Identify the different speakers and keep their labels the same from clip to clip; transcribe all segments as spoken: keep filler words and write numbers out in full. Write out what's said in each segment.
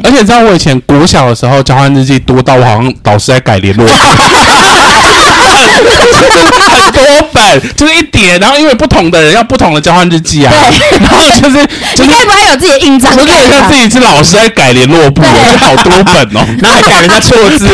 Speaker 1: 而且你知道我以前国小的时候交换日记多到我好像老师在改联络簿，很多本，就是一叠，然后因为不同的人要不同的交换日记啊，然后就是就是
Speaker 2: 你该不会有自己的印章？
Speaker 1: 我感觉像自己是老师在改联络簿，就好多本哦，
Speaker 3: 然后还改人家错字。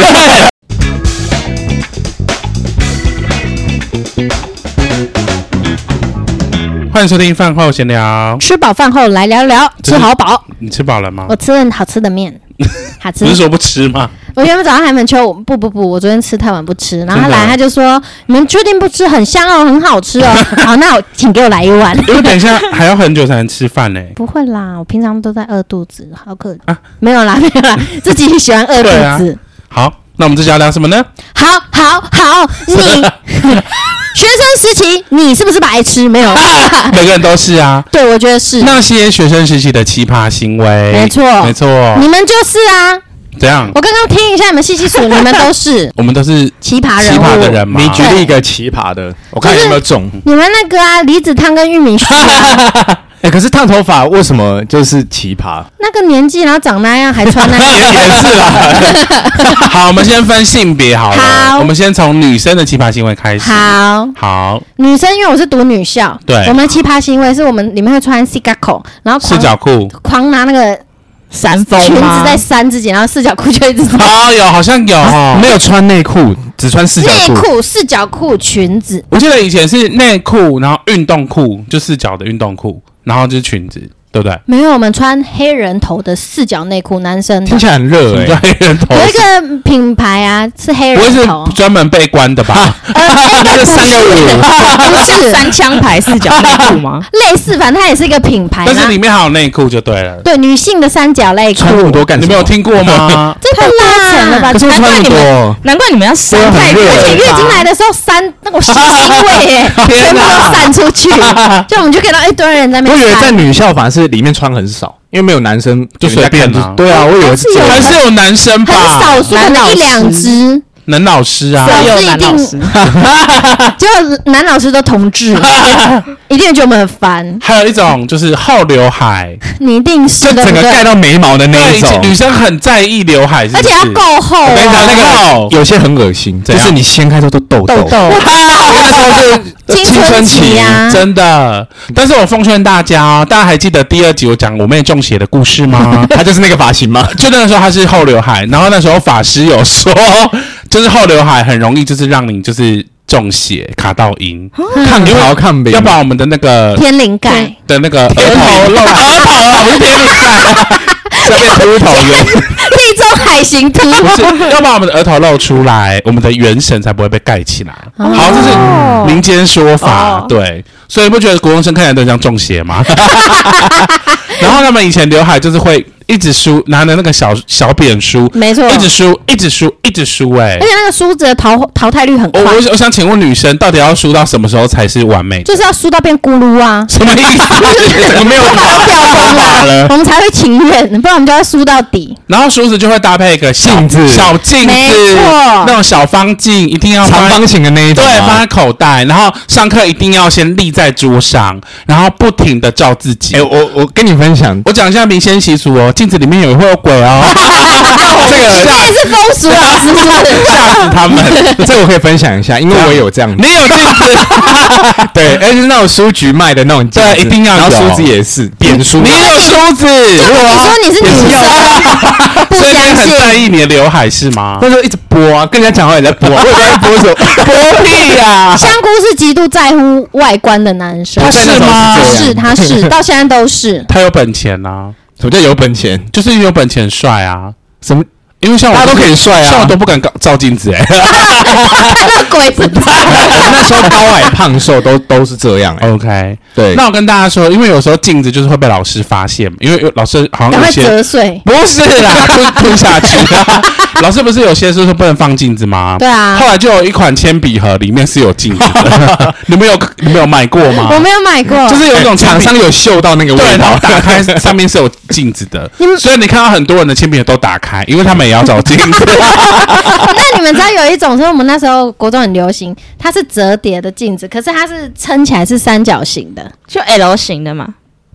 Speaker 1: 欢迎收听饭后闲聊，
Speaker 2: 吃饱饭后来聊聊，吃好饱。
Speaker 1: 你吃饱了吗？
Speaker 2: 我吃了好吃的面，好吃。
Speaker 1: 不是说不吃吗？
Speaker 2: 我原本早上还没求不不不，我昨天吃太晚不吃，然后他来他就说：“你们确定不吃？很香哦，很好吃哦。”好，那我请给我来一碗。
Speaker 1: 因为等一下还要很久才能吃饭呢。
Speaker 2: 不会啦，我平常都在饿肚子，好可啊，没有啦没有啦，自己喜欢饿肚子。
Speaker 1: 啊、好，那我们这要聊什么呢？
Speaker 2: 好好好，你学生时期你是不是白痴？没有，
Speaker 1: 每个人都是啊。
Speaker 2: 对，我觉得是
Speaker 1: 那些学生时期的奇葩行为，
Speaker 2: 没错
Speaker 1: 没错，
Speaker 2: 你们就是啊。
Speaker 1: 怎样？
Speaker 2: 我刚刚听一下你们细细数，你们都是，
Speaker 1: 我们都是
Speaker 2: 奇葩人物，
Speaker 1: 奇葩的人嘛。
Speaker 3: 你举例一个奇葩的，我看有没有中。
Speaker 2: 你们那个啊，梨子汤跟玉米须啊。
Speaker 3: 哎、欸，可是烫头发为什么就是奇葩？
Speaker 2: 那个年纪，然后长那样，还穿那样，
Speaker 1: 也是啦。好，我们先分性别好了。
Speaker 2: 好，
Speaker 1: 我们先从女生的奇葩行为开始。
Speaker 2: 好，
Speaker 1: 好，
Speaker 2: 女生因为我是读女校，
Speaker 1: 对，
Speaker 2: 我们奇葩行为是我们里面会穿四角裤，然后
Speaker 1: 四角裤，
Speaker 2: 狂拿那个
Speaker 4: 扇风
Speaker 2: 裙子在扇自己，然后四角裤就一直
Speaker 1: 哦，有好像有、哦，
Speaker 3: 没有穿内裤，只穿四角裤。
Speaker 2: 内裤、四角裤、裙子。
Speaker 1: 我记得以前是内裤，然后运动裤，就四角的运动裤，然后就是裙子，对不对？
Speaker 2: 没有，我们穿黑人头的四角内裤，男生的
Speaker 3: 听起来很热哎、
Speaker 1: 欸。黑人头
Speaker 2: 有一个品牌啊，是黑人头，
Speaker 1: 不是专门被关的吧？
Speaker 2: 呃，那
Speaker 3: 是三个五，
Speaker 2: 不是
Speaker 4: 三枪牌四角内裤吗？
Speaker 2: 类似，反正它也是一个品牌，
Speaker 1: 但是里面还有内裤就对了。
Speaker 2: 对，女性的三角内裤。
Speaker 3: 穿那么多干什么？
Speaker 1: 你没有听过吗？
Speaker 2: 真的啦，
Speaker 4: 了吧？
Speaker 3: 可是我穿那么多，
Speaker 4: 难怪你们要晒太热，
Speaker 2: 而且月经来的时候散那个腥味耶，全部都散出去，就我们就看到一堆人在那边。
Speaker 3: 我以为在女校反而是里面穿很少，因为没有男生
Speaker 1: 就随便啊。
Speaker 3: 对啊，我以为是
Speaker 1: 还是有男生吧，
Speaker 2: 很少数，可能一两只。
Speaker 1: 男老师啊，
Speaker 2: 老师一定，就男老师都同志，一定觉得我们很烦。
Speaker 1: 还有一种就是厚刘海，
Speaker 2: 你一定是
Speaker 3: 就整个盖到眉毛的那一种。
Speaker 1: 女生很在意刘海是不是，
Speaker 2: 而且要够厚、啊。
Speaker 3: 我跟你讲，那个有些很恶心，就是你掀开之后都痘痘。
Speaker 2: 痘痘，
Speaker 3: 那时候是
Speaker 2: 青春期啊，
Speaker 1: 真的。但是我奉劝大家哦，大家还记得第二集我讲我妹中邪的故事吗？
Speaker 3: 她就是那个发型吗？
Speaker 1: 就那个时候她是厚刘海，然后那时候法师有说。就是厚刘海很容易，就是让你就是中邪卡到阴，
Speaker 3: 抗潮抗病，
Speaker 1: 要把我们的那个
Speaker 2: 天灵盖
Speaker 1: 的那个额头露，额头啊，不是天灵盖，
Speaker 3: 下面秃头的
Speaker 2: 地中海型秃，
Speaker 1: 不是要把我们的额头露出来，我们的元神才不会被盖起来。
Speaker 2: 哦、
Speaker 1: 好，这是民间说法，哦、对，所以你不觉得国中生看起来都像中邪吗？然后他们以前刘海就是会。一直梳，拿着那个小小扁梳，
Speaker 2: 没错，
Speaker 1: 一直梳，一直梳，一直梳、欸，哎，
Speaker 2: 而且那个梳子的淘淘汰率很快。
Speaker 1: 我我我想请问女生，到底要梳到什么时候才是完美？
Speaker 2: 就是要梳到变咕噜啊！
Speaker 1: 什么意思？整个没有
Speaker 2: 头发掉光了，我们才会情愿，不然我们就要梳到底。
Speaker 1: 然后梳子就会搭配一个
Speaker 3: 镜子，
Speaker 1: 小镜子，
Speaker 2: 没错，
Speaker 1: 那种小方镜一定要
Speaker 3: 长方形的那一种，
Speaker 1: 对，放在口袋。然后上课一定要先立在桌上，然后不停的照自己。
Speaker 3: 哎、欸，我我跟你分享，
Speaker 1: 我讲一下民间习俗哦，镜子里面有会有鬼哦，
Speaker 2: 这个这也是风俗老师是不是？
Speaker 1: 吓死他们！
Speaker 3: 这个我可以分享一下，因为我也有这样子，
Speaker 1: 你有镜子，
Speaker 3: 对，而且是那种书局卖的那种镜子，
Speaker 1: 对，一定要有。
Speaker 3: 然后梳子也是扁梳，
Speaker 1: 你有梳子，
Speaker 2: 你说你是女生，不
Speaker 1: 所以你很在意你的刘海是吗？
Speaker 3: 那时候一直拨啊，跟人家讲话也在拨，我也在拨手，
Speaker 1: 拨屁呀！
Speaker 2: 香菇是极度在乎外观的男生，
Speaker 1: 他是吗？
Speaker 2: 是，他是，到现在都是。
Speaker 1: 他有本钱啊。
Speaker 3: 什么叫有本钱？
Speaker 1: 就是有本钱帅啊！
Speaker 3: 什么？
Speaker 1: 因为像我
Speaker 3: 大家都可以帅啊，
Speaker 1: 像我都不敢照镜子哎、欸。
Speaker 2: 那鬼不在。
Speaker 3: 那时候高矮胖瘦都都是这样哎、欸。
Speaker 1: OK，
Speaker 3: 对。
Speaker 1: 那我跟大家说，因为有时候镜子就是会被老师发现，因为老师好像有些
Speaker 2: 折碎，
Speaker 1: 不是啦，吞吞下去啦。老师不是有些是说不能放镜子吗？
Speaker 2: 对啊。
Speaker 1: 后来就有一款铅笔盒里面是有镜子的，你们有你们有买过吗？
Speaker 2: 我没有买过，
Speaker 1: 就是有一种
Speaker 3: 厂商有嗅到那个味道，
Speaker 1: 对，然后打开上面是有镜子的，所以你看到很多人的铅笔盒都打开，因为他们也要找镜子。
Speaker 2: 那你们知道有一种是我们那时候国中很流行，它是折叠的镜子，可是它是撑起来是三角形的，
Speaker 4: 就 L 型的嘛。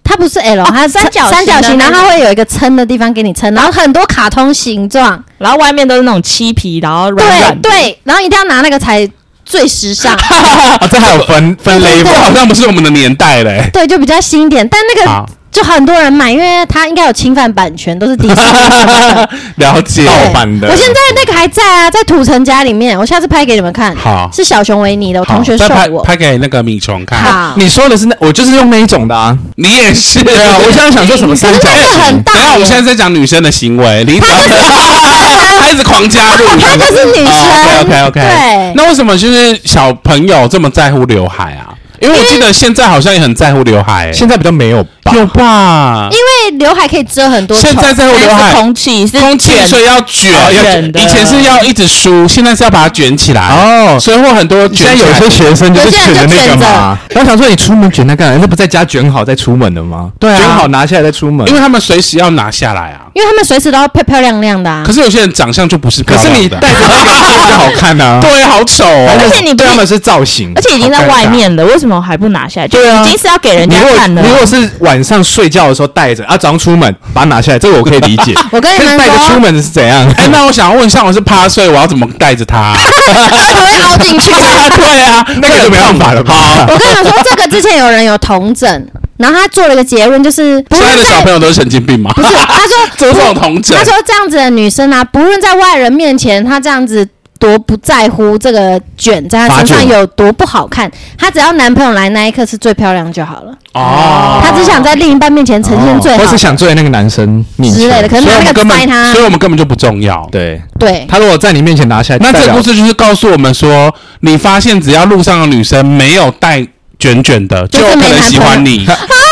Speaker 2: 它不是 L， 它
Speaker 4: 三角
Speaker 2: 三角形，然后它会有一个撑的地方给你撑，然后很多卡通形状，
Speaker 4: 然后外面都是那种漆皮，然后软软
Speaker 2: 对对，然后一定要拿那个才最时尚。
Speaker 3: 啊，这还有分分类
Speaker 1: 这好像不是我们的年代嘞。
Speaker 2: 对，就比较新一点，但那个就很多人买，因为它应该有侵犯版权，都是迪士尼的
Speaker 1: 了解
Speaker 3: 盗版的。
Speaker 2: 我现在那个还在啊，在土城家里面，我下次拍给你们看。
Speaker 1: 好，
Speaker 2: 是小熊维尼的，我同学送我。
Speaker 1: 拍给那个米虫看。
Speaker 2: 好，
Speaker 3: 你说的是那，我就是用那一种的啊。
Speaker 1: 你也是。
Speaker 3: 对啊，我现在想说什么三角形
Speaker 2: 很大。
Speaker 1: 等下我们现在在讲女生的行为，你他一直狂加入，
Speaker 2: 她就是女生。
Speaker 1: OK OK OK。
Speaker 2: 对。
Speaker 1: 那为什么就是小朋友这么在乎刘海啊？因为我记得现在好像也很在乎刘海、欸，
Speaker 3: 现在比较没有吧？
Speaker 1: 有吧？
Speaker 2: 因为刘海可以遮很多。
Speaker 1: 现在在乎刘海，
Speaker 4: 空气是
Speaker 1: 空气，所以要卷，
Speaker 4: 要卷的。
Speaker 1: 以前是要一直梳，现在是要把它卷起来。哦，所以会很多卷。
Speaker 3: 现在有些学生就是卷的那个嘛。我想说，你出门卷那干嘛？那不在家卷好再出门的吗？
Speaker 1: 对啊，
Speaker 3: 卷好拿下来再出门。
Speaker 1: 因为他们随时要拿下来啊。
Speaker 2: 因为他们随时都要漂漂亮亮的啊。
Speaker 1: 可是有些人长相就不是漂亮的，
Speaker 3: 可是你戴着那个比较好看啊。
Speaker 1: 对，好丑哦。
Speaker 4: 而且你
Speaker 3: 对他们是造型，
Speaker 4: 而且已经在外面了，为什么还不拿下来？
Speaker 3: 对啊，
Speaker 4: 已经是要给人家看了。
Speaker 3: 你如果是晚上睡觉的时候戴着，啊，早上出门把它拿下来，这个我可以理解。
Speaker 2: 我跟你们说，
Speaker 3: 戴着出门的是怎样？
Speaker 1: 哎，那我想问，像我是趴睡，我要怎么带着它？
Speaker 2: 它会凹进去。
Speaker 1: 对啊，
Speaker 3: 那个就没办法了吧？
Speaker 2: 我跟你们说，这个之前有人有同诊。然后他做了一个结论，就是
Speaker 1: 现在的小朋友都是神经病吗？
Speaker 2: 不是，他说
Speaker 1: 做这种同诊，
Speaker 2: 他说这样子的女生啊，不论在外人面前，她这样子多不在乎这个卷在她身上有多不好看，她只要男朋友来那一刻是最漂亮就好了。哦，她只想在另一半面前呈现最好，
Speaker 3: 或是想坐在那个男生面前
Speaker 2: 之类的，可是那个塞他，
Speaker 1: 所以我们根本就不重要。
Speaker 3: 对
Speaker 2: 对，
Speaker 3: 他如果在你面前拿下来，
Speaker 1: 那这个故事就是告诉我们说，你发现只要路上的女生没有带卷卷的，就可能喜欢你。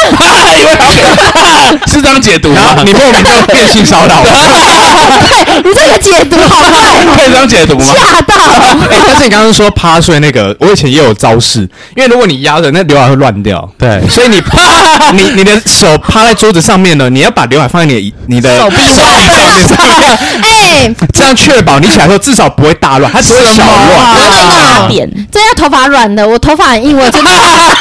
Speaker 1: 是这样解读吗？
Speaker 3: 你莫名就变性骚扰了。
Speaker 2: 对，你这个解读好坏，
Speaker 1: 可以这样解读吗？
Speaker 2: 吓到！
Speaker 3: 哎，但是你刚刚说趴睡那个，我以前也有招式，因为如果你压着，那刘海会乱掉。
Speaker 1: 对，
Speaker 3: 所以你你你的手趴在桌子上面呢，你要把刘海放在你你的
Speaker 4: 手臂上
Speaker 3: 面，哎，这样确保你起来的时候至少不会大乱，它只会小乱。
Speaker 4: 大点，
Speaker 2: 这要头发软的，我头发很硬，我真的。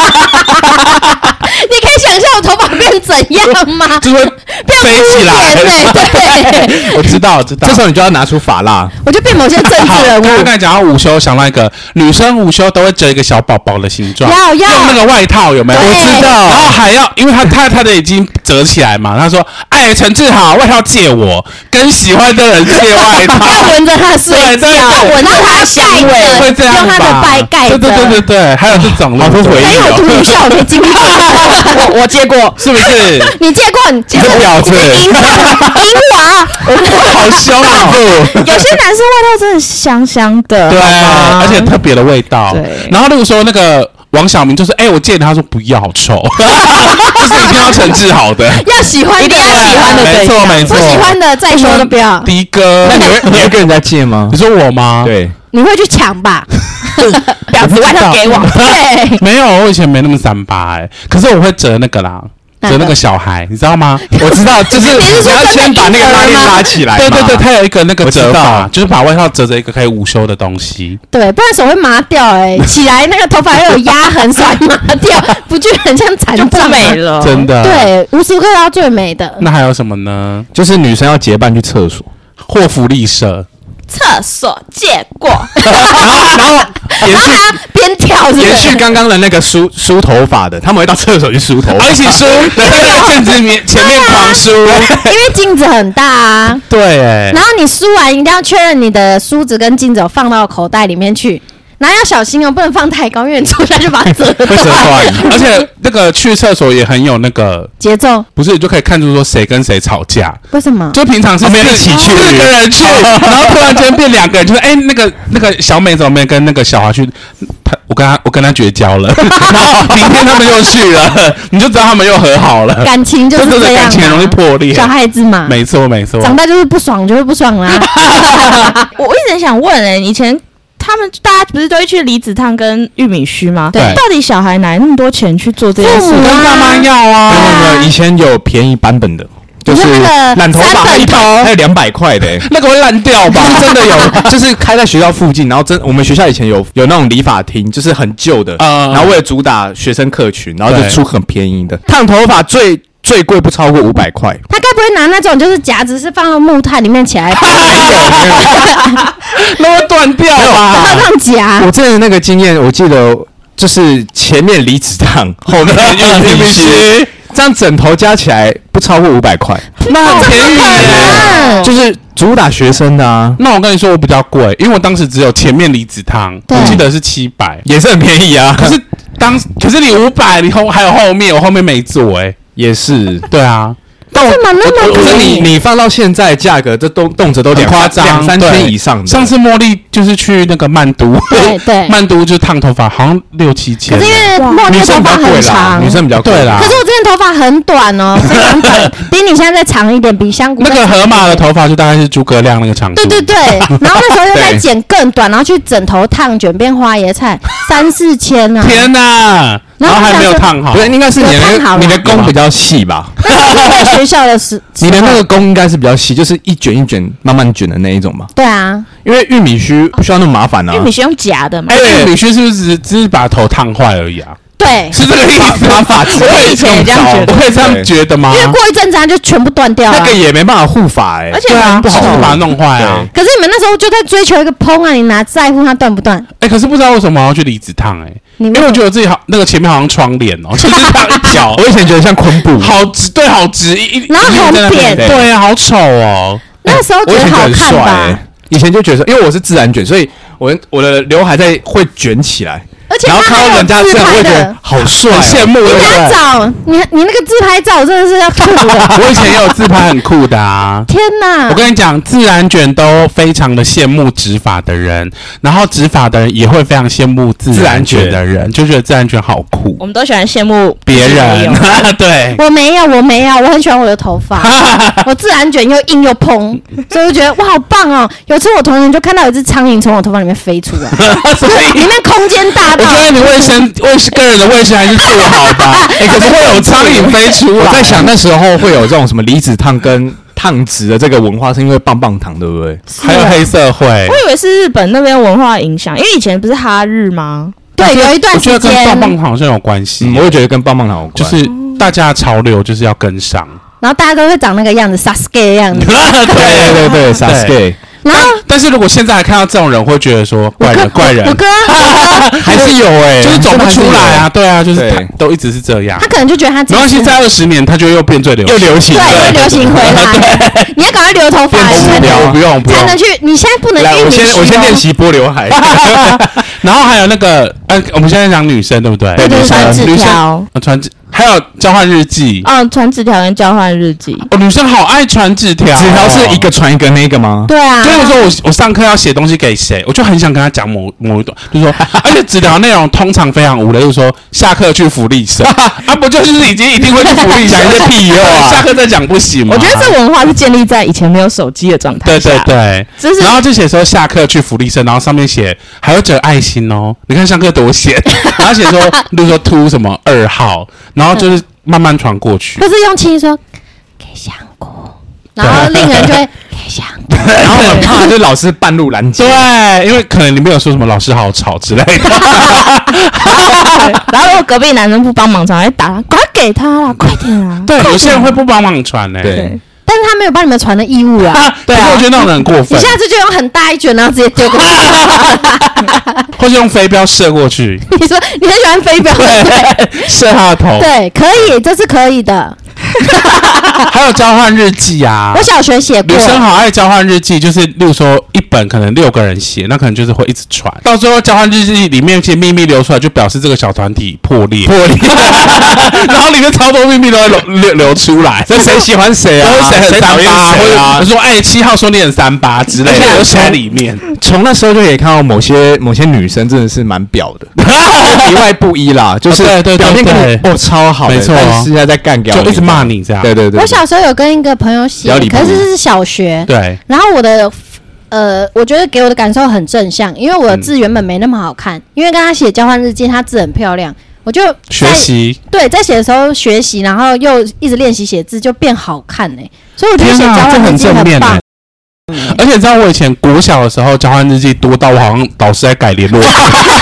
Speaker 2: 你可以想象我头发变怎样吗？
Speaker 1: 就会飞起来。
Speaker 2: 对，
Speaker 1: 我知道，我知道。
Speaker 3: 这时候你就要拿出发蜡，
Speaker 2: 我就变某些政治人物。
Speaker 1: 刚才讲到午休，想到一个女生午休都会折一个小宝宝的形状，
Speaker 2: 要要
Speaker 1: 用那个外套有没有？
Speaker 2: 我
Speaker 1: 知道。然后还要，因为他他他的已经折起来嘛，他说：“哎，陈志豪，外套借我，跟喜欢的人借外套，
Speaker 2: 要闻着他睡觉，闻着他香味，
Speaker 1: 会这样
Speaker 2: 用他的白盖着。”
Speaker 1: 对对对对对，还有这种
Speaker 3: 好多回忆。
Speaker 2: 还有读女校的经历。
Speaker 4: 我我接过，
Speaker 1: 是不是？
Speaker 2: 你借过？你借过？
Speaker 3: 婊子，
Speaker 2: 银娃，银娃，
Speaker 1: 好凶啊！
Speaker 4: 有些男生外套真的香香的，
Speaker 1: 对，而且特别的味道。
Speaker 4: 对。
Speaker 1: 然后例如说那个王小明就说：“哎，我借你。”他说：“不要，好臭。”就是一定要陈志豪的，
Speaker 2: 要喜欢，
Speaker 4: 一定要喜欢的，
Speaker 1: 没错没错。
Speaker 2: 不喜欢的再说都不要。
Speaker 1: 的哥，
Speaker 3: 那你会你会跟人家借吗？
Speaker 1: 你说我吗？
Speaker 3: 对。
Speaker 2: 你会去抢吧？
Speaker 4: 婊子外套给我。
Speaker 2: 对，
Speaker 1: 没有，我以前没那么三八哎，可是我会折那个啦，折那个小孩，你知道吗？
Speaker 3: 我知道，就是你要先把那个拉链拉起来。
Speaker 1: 对对对，它有一个那个折法，就是把外套折着一个可以午休的东西。
Speaker 2: 对，不然手会麻掉哎，起来那个头发又有压痕，手会麻掉，不就很像残障
Speaker 4: 美了？
Speaker 1: 真的。
Speaker 2: 对，无时无刻要最美的。
Speaker 1: 那还有什么呢？
Speaker 3: 就是女生要结伴去厕所
Speaker 1: 或福利社。
Speaker 4: 厕所借过，
Speaker 3: 然后然后延续
Speaker 2: 边跳，
Speaker 3: 延续刚刚的那个梳梳头发的，他们会到厕所去梳头发，
Speaker 1: 一起梳，在那个镜子面前面狂梳，
Speaker 2: 因为镜子很大啊。
Speaker 1: 对，
Speaker 2: 然后你梳完一定要确认你的梳子跟镜子有放到口袋里面去。然后要小心哦，不能放太高，因为你坐下就把它折断。
Speaker 1: 而且那个去厕所也很有那个
Speaker 2: 节奏，
Speaker 1: 不是就可以看出说谁跟谁吵架？
Speaker 2: 为什么？
Speaker 1: 就平常是
Speaker 3: 一起去，
Speaker 1: 四个人去，然后突然间变两个人，就是哎，那个那个小美怎么没跟那个小华去？他我跟他我跟他绝交了，然后明天他们又去了，你就知道他们又和好了。
Speaker 2: 感情就是这样，
Speaker 1: 感情容易破裂。
Speaker 2: 小孩子嘛，
Speaker 1: 没错没错，
Speaker 2: 长大就是不爽就会不爽啦。
Speaker 4: 我一直很想问哎，以前。他们大家不是都会去离子烫跟玉米须吗？
Speaker 2: 对，
Speaker 4: 到底小孩哪那么多钱去做这件事？
Speaker 1: 跟爸妈要啊！
Speaker 3: 没有没有，以前有便宜版本的， 就是染头发还一百，还有两百块的，
Speaker 1: 那个会烂掉吧？
Speaker 3: 真的有，就是开在学校附近，然后真我们学校以前有有那种理发厅，就是很旧的，嗯、然后为了主打学生客群，然后就出很便宜的烫头发最。最贵不超过五百块，
Speaker 2: 他该不会拿那种就是夹子是放到木炭里面起来，
Speaker 1: 那会断掉吧？
Speaker 2: 他这样夹。
Speaker 3: 我之前的那个经验，我记得就是前面离子烫，后面玉米须，这样整头加起来不超过五百块，
Speaker 1: 那很便宜耶，
Speaker 3: 就是主打学生的啊。
Speaker 1: 那我跟你说，我比较贵，因为我当时只有前面离子烫，我记得是七百，
Speaker 3: 也是很便宜啊。
Speaker 1: 可是当可是你五百，你后还有后面，我后面没做哎。
Speaker 3: 也是，
Speaker 1: 对啊，
Speaker 2: 但我那么
Speaker 3: 可是你你放到现在价格，这都动辄都两
Speaker 1: 夸张
Speaker 3: 两三千以上的。
Speaker 1: 上次茉莉就是去那个曼都，
Speaker 2: 对对，
Speaker 1: 曼都就烫头发，好像六七千。
Speaker 2: 可是因为茉莉头发很长，
Speaker 3: 女生比较贵啦。
Speaker 2: 可是我之前头发很短哦，非常短，比你现在再长一点，比香菇
Speaker 1: 那个河马的头发就大概是诸葛亮那个长度。
Speaker 2: 对对对，然后那时候又再剪更短，然后去整头烫卷变花椰菜，三四千啊！
Speaker 1: 天哪！然后还没有烫好，
Speaker 3: 不是，应该是你的你的工比较细吧？
Speaker 2: 在学校的时，
Speaker 3: 你的那个工应该是比较细，就是一卷一卷慢慢卷的那一种嘛。
Speaker 2: 对啊，
Speaker 3: 因为玉米须不需要那么麻烦啊。
Speaker 4: 玉米须用夹的嘛？
Speaker 1: 哎，玉米须是不是只只是把头烫坏而已啊？
Speaker 2: 对，
Speaker 1: 是这个意思吗？
Speaker 4: 我以前也这样觉得，
Speaker 1: 我可以这样觉得吗？
Speaker 2: 因为过一阵子它就全部断掉了，
Speaker 3: 那个也没办法护发哎，
Speaker 4: 而且
Speaker 1: 不好把它弄坏啊。
Speaker 2: 可是你们那时候就在追求一个蓬啊，你哪在乎它断不断？
Speaker 1: 哎，可是不知道为什么要去离子烫哎。因为我觉得自己好，那个前面好像窗帘哦，就是烫一条。
Speaker 3: 我以前觉得像昆布，
Speaker 1: 好直，对，好直，一
Speaker 2: 然后很扁，
Speaker 1: 对啊，好丑哦。
Speaker 2: 那时候觉得好看吧？
Speaker 3: 以前就觉得，因为我是自然卷，所以我我的刘海在会卷起来。
Speaker 2: 而且
Speaker 3: 然后看到人家这样，我会觉得好帅，
Speaker 1: 很羡慕。
Speaker 2: 你拿照，你你那个自拍照真的是要吐了。
Speaker 1: 我以前也有自拍很酷的啊！
Speaker 2: 天哪！
Speaker 1: 我跟你讲，自然卷都非常的羡慕直发的人，然后直发的人也会非常羡慕自然卷的人，就觉得自然卷好酷。
Speaker 4: 我们都喜欢羡慕
Speaker 1: 别人，对。
Speaker 2: 我没有，我没有，我很喜欢我的头发，我自然卷又硬又蓬，所以我觉得哇，好棒哦！有次我同学就看到有一只苍蝇从我头发里面飞出来，所以里面空间大到。
Speaker 1: 我觉得你卫生卫生个人的卫生还是做好吧。哎，可是会有苍蝇飞出来。
Speaker 3: 我在想那时候会有这种什么离子烫跟烫直的这个文化，是因为棒棒糖，对不对？
Speaker 1: 还有黑社会。
Speaker 4: 我以为是日本那边文化影响，因为以前不是哈日吗？
Speaker 2: 对，有一段时间。
Speaker 1: 我觉得跟棒棒糖好像有关系。
Speaker 3: 我也觉得跟棒棒糖有关，
Speaker 1: 就是大家的潮流就是要跟上，
Speaker 2: 然后大家都会长那个样子 ，Sasuke 的样子。
Speaker 3: 对对对 ，Sasuke。
Speaker 2: 然后，
Speaker 1: 但是如果现在还看到这种人，会觉得说怪人怪人，
Speaker 2: 我哥
Speaker 3: 还是有哎，
Speaker 1: 就是走不出来啊，对啊，就是都一直是这样。
Speaker 2: 他可能就觉得他
Speaker 1: 没关系，在二十年他就又变最流行，
Speaker 3: 又流行，
Speaker 2: 对，又流行回来。你要赶快留头发，
Speaker 1: 不用不用不用，
Speaker 2: 才能去。你现在不能玉米须，
Speaker 3: 我先我先练习拨刘海。
Speaker 1: 然后还有那个，呃，我们现在讲女生对不对？
Speaker 2: 对，就是传纸条，
Speaker 1: 传纸。还有交换日记，
Speaker 4: 嗯，传纸条跟交换日记。
Speaker 1: 哦，女生好爱传纸条，
Speaker 3: 纸条是一个传一个那个吗？
Speaker 2: 对啊。
Speaker 1: 所以我说我我上课要写东西给谁，我就很想跟他讲某某一段，就是说，而且纸条内容通常非常无聊，就是说下课去福利社，啊，不就是已经一定会去福利社，讲一些屁话，下课再讲不行吗？
Speaker 4: 我觉得这文化是建立在以前没有手机的状态下。
Speaker 1: 对对对，就是然后就写说下课去福利社，然后上面写还有折爱心哦，你看上课多闲，然后写说，比如说凸什么二号，然后就是。慢慢传过去，
Speaker 2: 可是用轻说给香菇，然后另人就会给香菇，
Speaker 3: 然后很怕就是老师半路拦截，
Speaker 1: 对，因为可能你没有说什么老师好吵之类的，
Speaker 4: 然后如果隔壁男生不帮忙传，会打他，快给他啦，快点啊！
Speaker 1: 对，有些人会不帮忙传呢，
Speaker 3: 对。
Speaker 2: 但是他没有帮你们传的义务啊，
Speaker 1: 对啊，我觉得那种人很过分。
Speaker 2: 你下次就用很大一卷，然后直接丢过去，
Speaker 1: 或是用飞镖射过去。
Speaker 2: 你说你很喜欢飞镖，
Speaker 1: 对，射他的头，
Speaker 2: 对，可以，这是可以的。
Speaker 1: 还有交换日记啊，
Speaker 2: 我小学写过。
Speaker 1: 女生好爱交换日记，就是例如说一本可能六个人写，那可能就是会一直传，到最后交换日记里面一些秘密流出来，就表示这个小团体破裂，破裂，然后里面超多秘密都会流流流出来，
Speaker 3: 这谁喜欢谁啊？
Speaker 1: 谁很三八，或者我说哎七号说你很三八之类的，都写在里面。
Speaker 3: 从那时候就可以看到某些某些女生真的是蛮婊的，里外不一啦，就是表面跟你哦超好，
Speaker 1: 没错，
Speaker 3: 但是现在在干掉，
Speaker 1: 就一直骂你这样。
Speaker 3: 对对对，
Speaker 2: 我小时候有跟一个朋友写，可是是小学，
Speaker 1: 对，
Speaker 2: 然后我的。呃，我觉得给我的感受很正向，因为我的字原本没那么好看，嗯、因为跟他写交换日记，他字很漂亮， 我就
Speaker 1: 学习，
Speaker 2: 对，在写的时候学习，然后又一直练习写字，就变好看哎、欸。所以我觉得写交换日记很棒。
Speaker 1: 嗯、而且你知道我以前国小的时候交换日记多到我好像老师在改联络簿，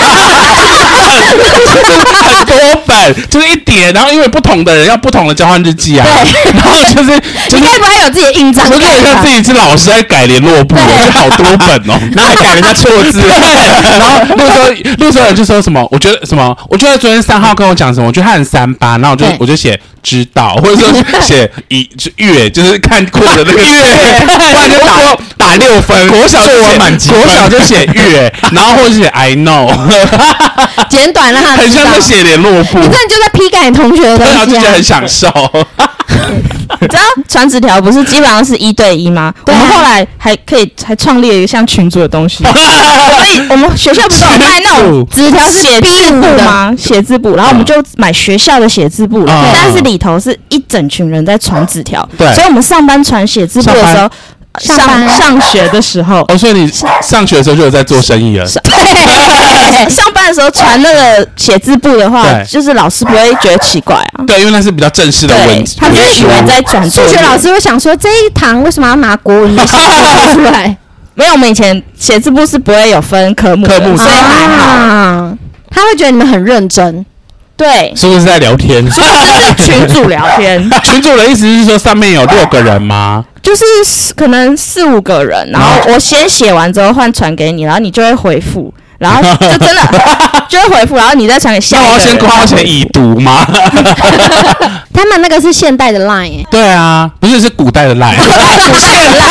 Speaker 1: 很多本，就是一叠，然后因为不同的人要不同的交换日记啊，然后就是就是
Speaker 2: 你该不会有自己的印章？
Speaker 1: 我就很像自己是老师在改联络簿，就好多本哦，
Speaker 3: 然后还改人家错字，
Speaker 1: 然后那时候那时候人就说什么，我觉得什么，我觉得昨天三号跟我讲什么，我觉得他很三八，然后我就我就写知道，或者说写以月，就是看过的那个月，不然就打打六分，国小就写满级，国小就写月，然后或者写 I know，
Speaker 2: 简短让他
Speaker 1: 很像在写联络簿，
Speaker 2: 你真的就在批改你同学的东西、啊，
Speaker 1: 就觉得很享受。
Speaker 4: 你知道传纸条不是基本上是一对一吗？我们后来还可以还创立了一个像群组的东西，所以我们学校不是有卖那种纸条写字簿吗？写字簿，然后我们就买学校的写字簿了，嗯、但是里头是一整群人在传纸条，
Speaker 1: 对，
Speaker 4: 所以我们上班传写字簿的时候。上上学的时候，
Speaker 1: 哦，所以你上学的时候就有在做生意了。
Speaker 4: 对，上班的时候传那个写字簿的话，就是老师不会觉得奇怪啊。
Speaker 1: 对，因为那是比较正式的文，
Speaker 4: 他就以为在转
Speaker 2: 数学老师会想说这一堂为什么要拿国文的写字出来？
Speaker 4: 没有，我们以前写字簿是不会有分科目的，
Speaker 1: 科目
Speaker 4: 所以还好。
Speaker 2: 啊、他会觉得你们很认真。
Speaker 4: 对，
Speaker 1: 是不是在聊天？
Speaker 4: 是不是群组聊天？
Speaker 1: 群组的意思是说上面有六个人吗？
Speaker 4: 就是可能四五个人，然后我先写完之后换传给你，然后你就会回复，然后就真的就会回复，然后你再传给下一个人。
Speaker 1: 那我要先花钱已读吗？
Speaker 2: 他们那个是现代的 Line，、欸、
Speaker 1: 对啊，不是是古代的 Line， 古代的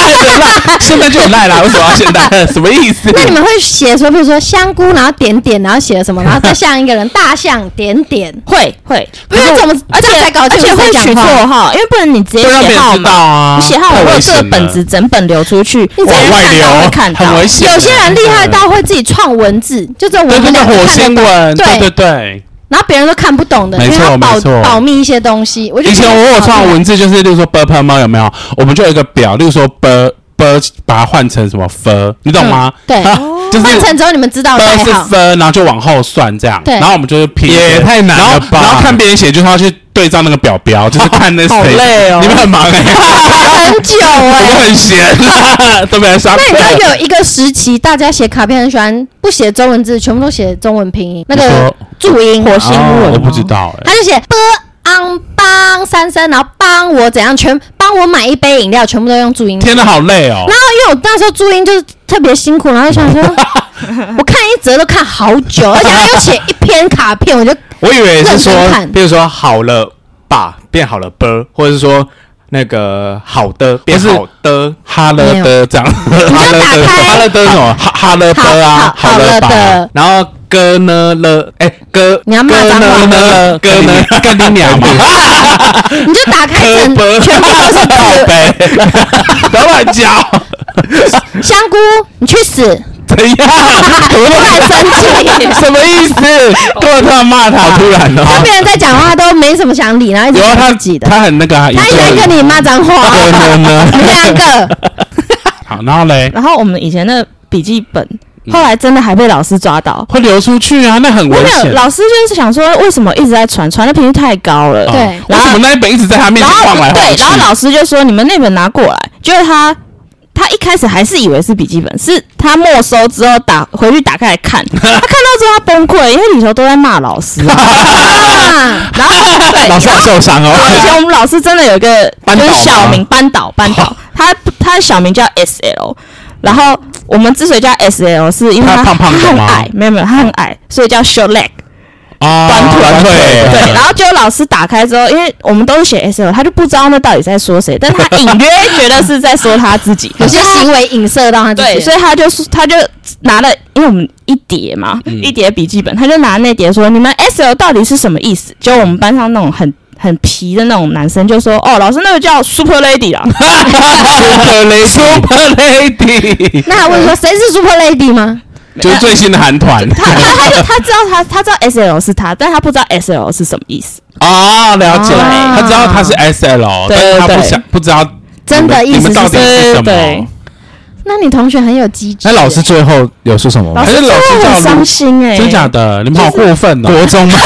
Speaker 1: Line， 现在就有 Line 啦，为什么要现代的？什么意思？
Speaker 2: 那你们会写说，比如说香菇，然后点点，然后写了什么，然后再像一个人大象点点，
Speaker 4: 会会，
Speaker 2: 不是怎么？
Speaker 4: 而且
Speaker 2: 才搞
Speaker 4: 而且会取错号，因为不能你直接写号码，
Speaker 1: 啊、
Speaker 4: 你写号码或者这个本子整本流出去，
Speaker 2: 你
Speaker 1: 外流
Speaker 4: 看到，
Speaker 1: 很危险。
Speaker 2: 有些人厉害到会自己创文字，就这我们
Speaker 1: 的火星文，对对对。
Speaker 2: 然后别人都看不懂的，
Speaker 1: 没错没错，
Speaker 2: 保密一些东西。我
Speaker 1: 以前我有创文字，就是例如说 b p m 有没有？我们就有一个表，例如说 b b 把它换成什么 f， 你懂吗？
Speaker 2: 对，就是换成之后你们知道
Speaker 1: b 是 f， 然后就往后算这样。
Speaker 2: 对，
Speaker 1: 然后我们就是拼，
Speaker 3: 也太难了吧？
Speaker 1: 然后看别人写，就是要去对照那个表标，就是看那谁。
Speaker 3: 好累哦，
Speaker 1: 你们很忙哎，
Speaker 2: 很久哎，
Speaker 1: 我们很闲，都没来上课。
Speaker 2: 那你知道有一个时期，大家写卡片很喜欢不写中文字，全部都写中文拼音，那个注音
Speaker 4: 火星文，
Speaker 1: 我不知道哎，
Speaker 2: 他就写 b ang 帮三声，然后帮我怎样，全帮我买一杯饮料，全部都用注音。
Speaker 1: 天哪，好累哦！
Speaker 2: 然后因为我那时候注音就是特别辛苦，然后就想说，我看一则都看好久，而且他又写一篇卡片，我就
Speaker 3: 我以为是说，比如说好了吧变好了啵，或者是说那个好的变好的
Speaker 1: 哈了的这样，
Speaker 2: 哈了的
Speaker 1: 哈了的什么哈哈了的啊，
Speaker 2: 好了的，
Speaker 3: 然后。哥呢了，哎哥，
Speaker 2: 你要骂脏话
Speaker 3: 呢？哥呢？
Speaker 1: 干你娘嘛！
Speaker 2: 你就打开整，全部都是字，
Speaker 1: 不要乱教。
Speaker 2: 香菇，你去死！
Speaker 1: 怎样？
Speaker 2: 突然生气，
Speaker 1: 什么意思？干嘛突然骂他？好突然哦！
Speaker 2: 跟别人在讲话都没什么想理，然后一直他自己的，
Speaker 1: 他很那个，
Speaker 2: 他喜欢跟你骂脏话。
Speaker 1: 哥呢呢？
Speaker 2: 你们两个。
Speaker 1: 好，然后嘞？
Speaker 4: 然后我们以前的笔记本。后来真的还被老师抓到，
Speaker 1: 会流出去啊，那很危险。
Speaker 4: 没有，老师就是想说，为什么一直在传，传的频率太高了。
Speaker 2: 对，
Speaker 1: 为什么那一本一直在他面前晃来晃去？
Speaker 4: 对，然后老师就说：“你们那本拿过来。”就是他，他一开始还是以为是笔记本，是他没收之后打回去打开来看，他看到之后他崩溃，因为里头都在骂老师。然后对，
Speaker 3: 老师好受伤哦。
Speaker 4: 以前我们老师真的有一个就是小名班导，班导，他他的小名叫 S L。然后我们之所以叫 S L， 是因为他
Speaker 1: 胖胖的
Speaker 4: 他很矮，没有没有，他很矮，所以叫 short leg，
Speaker 1: 啊，
Speaker 4: 短腿。
Speaker 1: 短腿
Speaker 4: 对，然后就老师打开之后，因为我们都是写 S L， 他就不知道那到底在说谁，但他隐约觉得是在说他自己，
Speaker 2: 有些行为影射到他自己。
Speaker 4: 对，所以他就他就拿了，因为我们一叠嘛，嗯、一叠笔记本，他就拿那叠说：“你们 S L 到底是什么意思？”就我们班上那种很。很皮的那种男生就说：“哦，老师那个叫 Super Lady 啦
Speaker 1: ，Super Lady，Super Lady。”
Speaker 2: 那他问说：“谁是 Super Lady 吗？”
Speaker 1: 就是最新的韩团。
Speaker 4: 他他他就他知道他他知道 S L 是他，但他不知道 S L 是什么意思。
Speaker 1: 哦，了解。哦、他知道他是 S L， 但是他不想不知道
Speaker 2: 真的意思
Speaker 1: 到底是什么。
Speaker 2: 那你同学很有机智。
Speaker 3: 那老师最后有说什么吗？
Speaker 4: 老师最后很伤心哎，
Speaker 1: 真假的？你们好过分哦！
Speaker 3: 国中吗？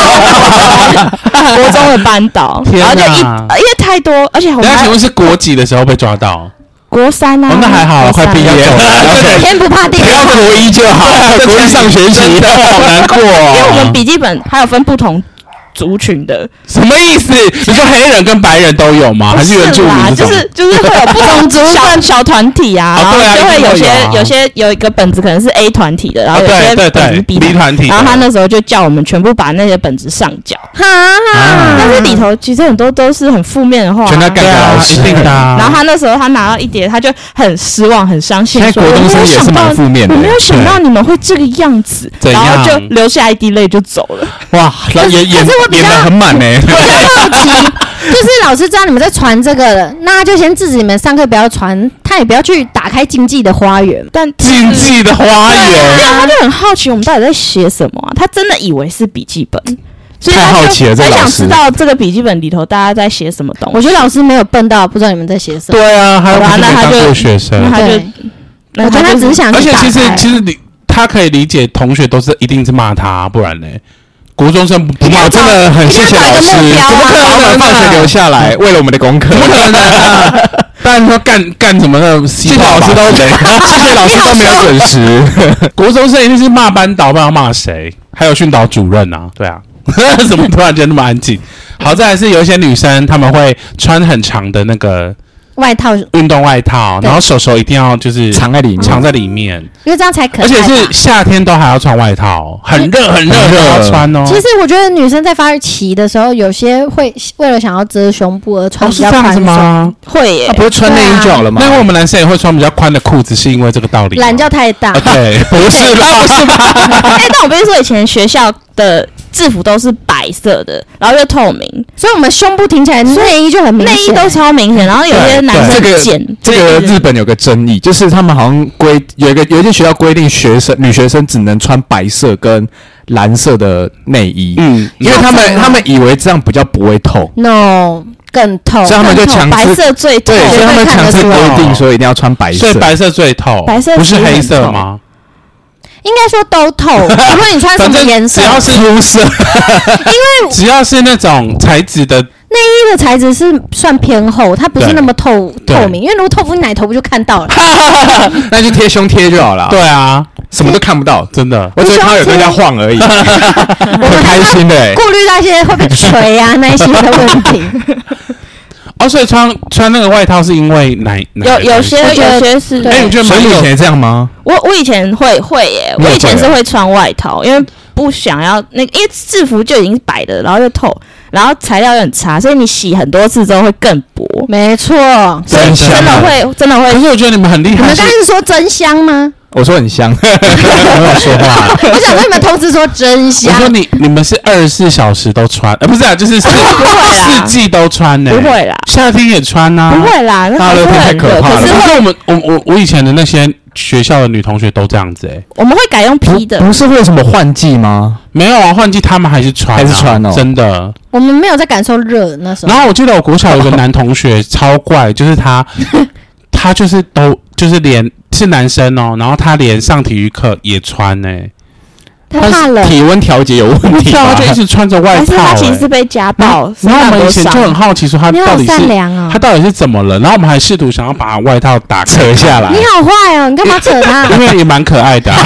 Speaker 4: 国中的班导，然后就一因为太多，而且我们。
Speaker 1: 那请问是国几的时候被抓到？
Speaker 4: 国三啊，
Speaker 1: 哦，那还好，快毕业了，
Speaker 2: 天不怕地不
Speaker 3: 要国一就好，国一上学期，
Speaker 1: 好难过哦。
Speaker 4: 因为我们笔记本还有分不同族群的，
Speaker 1: 什么意思？你说黑人跟白人都有吗？还是原住民？
Speaker 4: 就是就是会有不同族小小团体啊，然后就会有些有些有一个本子可能是 A 团体的，然后有些本子是 B 团体，然后他那时候就叫我们全部把那些本子上缴，哈，但是里头其实很多都是很负面的话，
Speaker 3: 全在盖给老师，
Speaker 1: 一定的。
Speaker 4: 然后他那时候他拿到一叠，他就很失望很伤心，
Speaker 3: 说国中生也是蛮负面的，
Speaker 4: 我没有想到你们会这个样子，然后就流下一滴泪就走了。
Speaker 3: 哇，演演演得很满呢。
Speaker 2: 我好奇，就是老师知道你们在传这个了，那就先制止你们上课不要传，他也不要去打开竞技的花园。
Speaker 4: 但
Speaker 1: 竞技的花园，
Speaker 4: 他就很好奇我们到底在写什么啊？他真的以为是笔记本，所以
Speaker 3: 太好奇了，
Speaker 4: 很想知道这个笔记本里头大家在写什么东西。
Speaker 2: 我觉得老师没有笨到不知道你们在写什么。
Speaker 1: 对啊，还有
Speaker 4: 那他就
Speaker 1: 学生，
Speaker 4: 那他就，
Speaker 2: 我觉得他只是想，
Speaker 1: 而且其实其实你他可以理解同学都是一定是骂他，不然呢？国中生不骂，
Speaker 3: 真的很谢谢老师，怎么可能把我们放学留下来，为了我们的功课？
Speaker 1: 不可能啊！当然说干干什么的，谢谢老师都没，
Speaker 3: 谢谢老师都没有准时。
Speaker 1: 国中生一定是骂班导，不知道骂谁，还有训导主任啊，对啊，怎么突然间那么安静？好在还是有一些女生，她们会穿很长的那个
Speaker 2: 外套，
Speaker 1: 运动外套，然后手手一定要就是
Speaker 3: 藏在里面，
Speaker 1: 藏在里面，
Speaker 2: 因为这样才可爱。
Speaker 1: 而且是夏天都还要穿外套，很热很热都要穿哦。
Speaker 2: 其实我觉得女生在发育期的时候，有些会为了想要遮胸部而穿比较宽松
Speaker 1: 吗？
Speaker 4: 会耶，
Speaker 3: 不是穿内衣就好了吗？
Speaker 1: 那我们男生也会穿比较宽的裤子，是因为这个道理？
Speaker 2: 懒觉太大？
Speaker 1: 对，不是吧？不是吧？
Speaker 4: 哎，但我跟你说，以前学校的制服都是白色的，然后又透明，
Speaker 2: 所以我们胸部挺起来，内衣就很明显，
Speaker 4: 内衣都超明显。然后有些男生剪，
Speaker 3: 这个日本有个争议，就是他们好像规有一个有一些学校规定，学生女学生只能穿白色跟蓝色的内衣，嗯，因为他们他们以为这样比较不会透
Speaker 2: ，no 更透，
Speaker 3: 所以他们就强制
Speaker 4: 白色最透，
Speaker 3: 对，所以他们强制规定说一定要穿白色，
Speaker 1: 所以白色最透，
Speaker 4: 白色
Speaker 1: 不是黑色吗？
Speaker 2: 应该说都透，无论你穿什么颜色，
Speaker 1: 只要是肤色，
Speaker 2: 因为
Speaker 1: 只要是那种材质的
Speaker 2: 内衣的材质是算偏厚，它不是那么透透明，因为如果透肤，你奶头不就看到了？
Speaker 3: 那就贴胸贴就好了。
Speaker 1: 对啊，
Speaker 3: 什么都看不到，
Speaker 1: 真的，
Speaker 3: 我只看到有人在晃而已，很开心的。
Speaker 2: 顾虑那些会被捶啊那些的问题。
Speaker 1: 哦，所以穿穿那个外套是因为哪哪
Speaker 4: 有有些有些是，
Speaker 1: 哎，你觉得
Speaker 3: 所以以前这样吗？
Speaker 4: 我我以前会会耶，我以前是会穿外套，因为不想要那个，因为制服就已经是白的，然后又透，然后材料又很差，所以你洗很多次之后会更薄。
Speaker 2: 没错，
Speaker 3: 真香，
Speaker 4: 真的会真的会。
Speaker 1: 可是我觉得你们很厉害。
Speaker 2: 你们刚才是说真香吗？
Speaker 3: 我说很香，
Speaker 1: 没有说话。
Speaker 2: 我想说你们同时说真香。
Speaker 1: 我说你你们是二十四小时都穿，呃，不是啊，就是四四季都穿呢。
Speaker 4: 不会啦，
Speaker 1: 夏天也穿呐。
Speaker 4: 不会啦，
Speaker 3: 大热天太可怕了。
Speaker 1: 可是我们我我我以前的那些学校的女同学都这样子哎。
Speaker 4: 我们会改用披的。
Speaker 3: 不是会有什么换季吗？
Speaker 1: 没有啊，换季他们还是穿，
Speaker 3: 还是穿哦，
Speaker 1: 真的。
Speaker 2: 我们没有在感受热那时候。
Speaker 1: 然后我记得我国小有个男同学超怪，就是他他就是都就是连。是男生哦，然后他连上体育课也穿呢、欸，
Speaker 2: 他怕冷，
Speaker 3: 体温调节有问题吧？
Speaker 1: 他就一直穿着外套、欸。
Speaker 4: 他其实是被家暴，
Speaker 1: 然后我们以前就很好奇说他到底是、
Speaker 2: 哦、
Speaker 1: 他到底是怎么了，然后我们还试图想要把外套打扯下来。
Speaker 2: 你好坏哦，你干嘛扯他？
Speaker 1: 因为也蛮可爱的、啊，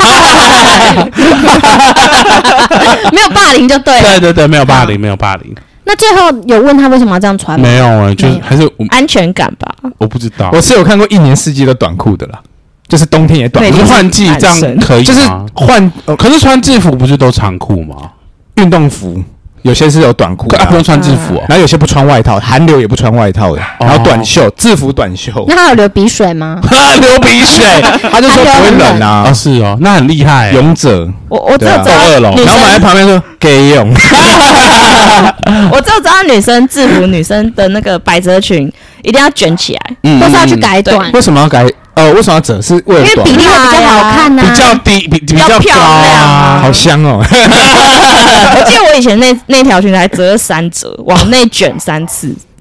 Speaker 2: 没有霸凌就对了。
Speaker 1: 对对对，没有霸凌，没有霸凌。
Speaker 2: 那最后有问他为什么要这样穿吗？
Speaker 1: 没有哎、欸，就是还是
Speaker 4: 安全感吧。
Speaker 1: 我不知道，
Speaker 3: 我是有看过一年四季都短裤的啦。就是冬天也短，
Speaker 1: 就是换季这样可以吗？
Speaker 3: 就是换、呃，
Speaker 1: 可是穿制服不是都长裤吗？
Speaker 3: 运动服有些是有短裤、
Speaker 1: 啊，不用穿制服、哦。
Speaker 3: 然后有些不穿外套，寒流也不穿外套的。然后短袖、哦、制服短袖。
Speaker 2: 那他有流鼻水吗？
Speaker 1: 流鼻水，
Speaker 3: 他就说不会冷啊。
Speaker 1: 哦，是哦，那很厉害、欸。
Speaker 3: 勇者，
Speaker 4: 我我只有知道
Speaker 1: 二楼，
Speaker 3: 然后我在旁边说给用。
Speaker 4: 我只有知道女生制服，女生的那个百褶裙一定要卷起来，
Speaker 2: 嗯、或是要去改短。
Speaker 3: 为什么要改？呃，为什么要折？是为了
Speaker 2: 因为比例会比较好看呐、啊，
Speaker 1: 比较低，比比
Speaker 4: 较漂亮啊，
Speaker 3: 好香哦！
Speaker 4: 我记得我以前那那条裙子还折了三折，往内卷三次，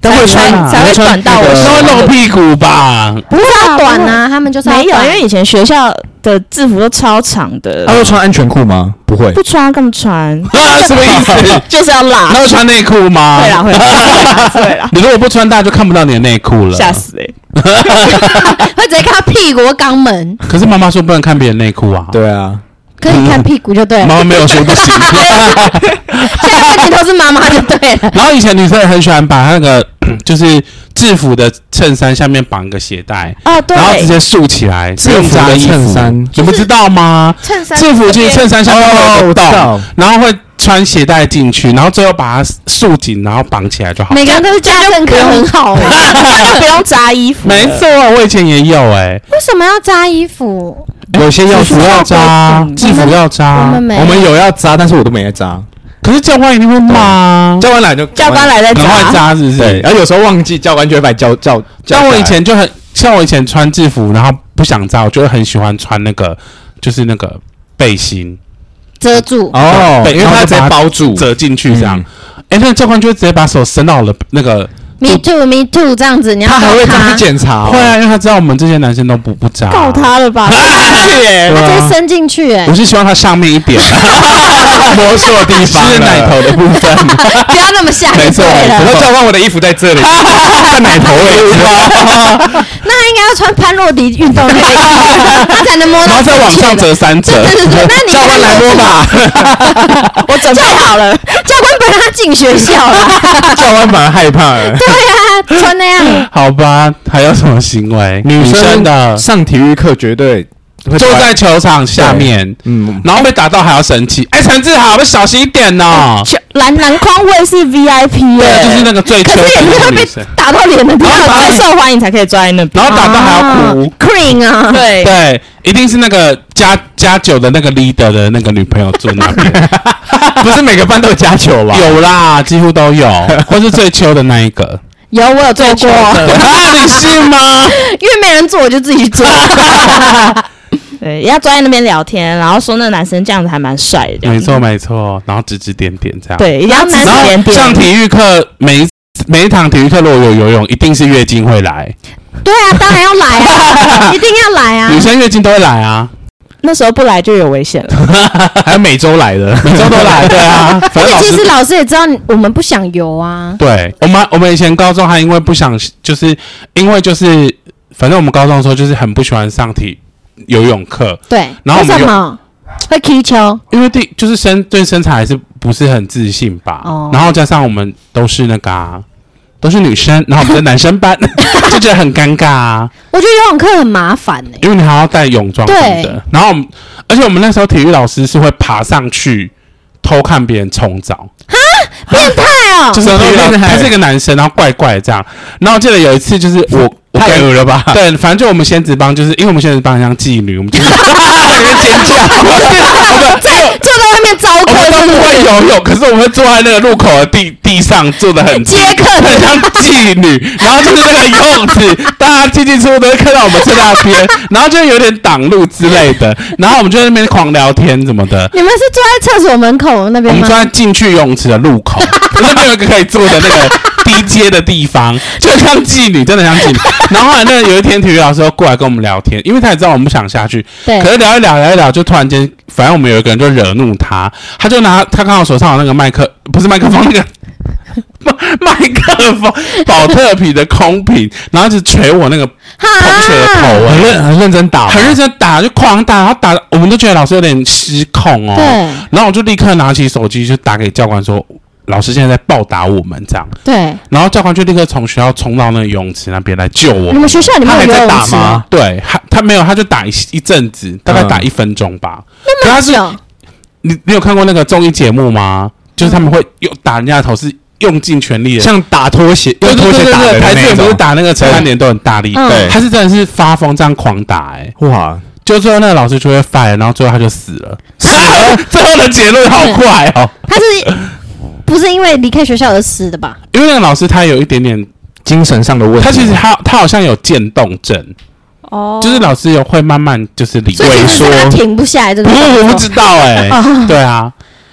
Speaker 3: 但会穿
Speaker 4: 才会短到我，
Speaker 1: 都会露屁股吧？
Speaker 2: 不是要短啊，他们就是
Speaker 4: 没有，因为以前学校的制服都超长的。
Speaker 3: 他会穿安全裤吗？不会，
Speaker 4: 不穿干嘛穿？
Speaker 1: 什么意思？
Speaker 4: 就是要辣。
Speaker 1: 那会穿内裤吗？
Speaker 4: 会啦会啦会啦。
Speaker 1: 你如果不穿，大家就看不到你的内裤了，
Speaker 4: 吓死哎！
Speaker 2: 会直接看他屁股或肛门。
Speaker 1: 可是妈妈说不能看别人内裤啊。
Speaker 3: 对啊。
Speaker 2: 可以看屁股就对了，
Speaker 1: 妈妈没有说不行。
Speaker 2: 现在问题都是妈妈就对了。
Speaker 1: 然后以前女生也很喜欢把那个就是制服的衬衫下面绑一个鞋带，
Speaker 4: 哦对，
Speaker 1: 然后直接束起来，
Speaker 3: 制服的衬衫，
Speaker 1: 你不知道吗？
Speaker 2: 衬衫
Speaker 1: 制服其实衬衫下面会有洞，然后会穿鞋带进去，然后最后把它束紧，然后绑起来就好。
Speaker 2: 每个人都是家政课很好，
Speaker 4: 就不用扎衣服。
Speaker 1: 没错，我以前也有哎。
Speaker 2: 为什么要扎衣服？
Speaker 3: 有些要
Speaker 1: 制服要扎，制服要扎，
Speaker 2: 我们没，
Speaker 3: 我们有要扎，但是我都没在扎。
Speaker 1: 可是教官一定会骂，
Speaker 3: 教官来就
Speaker 4: 教官来再
Speaker 1: 扎，扎是不是？
Speaker 3: 对，然后有时候忘记，教官就会把教教。
Speaker 1: 像我以前就很，像我以前穿制服，然后不想扎，我就会很喜欢穿那个，就是那个背心
Speaker 2: 遮住
Speaker 3: 哦，因为它直接包住，
Speaker 1: 折进去这样。哎，那教官就会直接把手伸到我的那个。
Speaker 2: Me too, me too， 这样子，你要
Speaker 3: 他还会这样去检查，
Speaker 1: 会啊，因为他知道我们这些男生都不不扎，
Speaker 4: 告他了吧？
Speaker 2: 他直接伸进去，哎，
Speaker 1: 我是希望他上面一点，
Speaker 3: 摸错地方，
Speaker 1: 是奶头的部分，
Speaker 2: 不要那么下，
Speaker 3: 没错，我说教官，我的衣服在这里，在奶头位置，
Speaker 2: 那他应该要穿潘若迪运动那个衣服，他才能摸到，
Speaker 1: 然后再往上折三折，
Speaker 2: 对对对，那你
Speaker 3: 教官来摸吧，
Speaker 4: 我准备好了，
Speaker 2: 教官不让他进学校了，
Speaker 3: 教官反而害怕了。
Speaker 2: 对呀，穿那样，
Speaker 1: 好吧？还有什么行为？
Speaker 3: 女生的上体育课绝对
Speaker 1: 坐在球场下面，嗯，然后被打到还要生气。哎，陈志豪，要小心一点哦。
Speaker 4: 篮篮筐位是 V I P
Speaker 1: 对，就是那个最球的女生，
Speaker 2: 打到脸的地方，
Speaker 4: 最受欢迎才可以坐在那边，
Speaker 1: 然后打到还要哭
Speaker 2: ，Queen 啊，
Speaker 4: 对
Speaker 1: 对，一定是那个加加九的那个 leader 的那个女朋友坐那边。
Speaker 3: 不是每个班都有加球吧？
Speaker 1: 有啦，几乎都有，或是最秋的那一个。
Speaker 2: 有，我有做过。
Speaker 1: 你信吗？
Speaker 2: 因为没人做，我就自己去做。
Speaker 4: 对，要坐在那边聊天，然后说那个男生这样子还蛮帅的。
Speaker 1: 没错没错，然后指指点点这样。
Speaker 4: 对，一定要指指点点。
Speaker 1: 上体育课，每每一堂体育课如果有游泳，一定是月经会来。
Speaker 2: 对啊，当然要来啊，一定要来啊。
Speaker 1: 女生月经都会来啊。
Speaker 4: 那时候不来就有危险了，
Speaker 3: 还有每周来的，
Speaker 1: 每周都来，对啊。
Speaker 2: 而且其实老师也知道我们不想游啊。
Speaker 1: 对，我们我们以前高中还因为不想，就是因为就是反正我们高中的时候就是很不喜欢上体游泳课。
Speaker 2: 对，
Speaker 1: 然后
Speaker 2: 为什么会踢球？
Speaker 1: 因为对，就是身对身材还是不是很自信吧。哦。然后加上我们都是那个、啊。都是女生，然后我们在男生班就觉得很尴尬啊。
Speaker 2: 我觉得游泳课很麻烦哎、欸，
Speaker 1: 因为你还要带泳装什么的。然后我们，而且我们那时候体育老师是会爬上去偷看别人冲澡。
Speaker 2: 哈，变态哦！
Speaker 1: 就是他是一个男生，然后怪怪这样。然后我记得有一次就是我。
Speaker 3: 太恶了吧？
Speaker 1: 对，反正就我们仙子帮，就是因为我们仙子帮很像妓女，我们就是在里面尖叫，我们
Speaker 2: 在坐在外面招客，
Speaker 1: 我们都不会游泳，可是我们会坐在那个路口的地地上坐得很
Speaker 2: 接客，
Speaker 1: 很像妓女。然后就是那个游泳池，大家进进出出都会看到我们在那边，然后就有点挡路之类的。然后我们就在那边狂聊天什么的。
Speaker 2: 你们是坐在厕所门口那边吗？
Speaker 1: 我们坐在进去游泳池的路口，那边有一个可以坐的那个低阶的地方，就像妓女，真的像妓女。然后后来那个有一天体育老师又过来跟我们聊天，因为他也知道我们不想下去，
Speaker 2: 对。
Speaker 1: 可是聊一聊聊一聊，就突然间，反正我们有一个人就惹怒他，他就拿他刚好手上有那个麦克，不是麦克风，那个麦克风保特瓶的空瓶，然后就捶我那个同学的头，
Speaker 3: 很认很认真打，
Speaker 1: 很认真打，就狂打，然后打，我们都觉得老师有点失控哦。
Speaker 2: 对。
Speaker 1: 然后我就立刻拿起手机就打给教官说，老师现在在暴打我们这样。
Speaker 2: 对。
Speaker 1: 然后教官就立刻从学校冲到那个游泳池那边来救我们。
Speaker 2: 你们学校里面有游泳池吗？
Speaker 1: 对，他他没有，他就打一一阵子，大概打一分钟吧。
Speaker 2: 那么久？
Speaker 1: 你你有看过那个综艺节目吗？就是他们会用打人家的头是用尽全力的，
Speaker 3: 像打拖鞋，用拖鞋打的那种。
Speaker 1: 台资不是打那个陈汉典都很大力，对，他是真的是发疯这样狂打，哎，哇！就最后那个老师就会 fire， 然后最后他就死了。死了，最后的结论好快哦。
Speaker 2: 他是不是因为离开学校而死的吧？
Speaker 1: 因为那个老师他有一点点
Speaker 3: 精神上的问题，
Speaker 1: 他其实他他好像有渐冻症。哦，就是老师有会慢慢就是萎缩，
Speaker 2: 他停不下来这个。
Speaker 1: 不，我不知道哎、欸。对啊，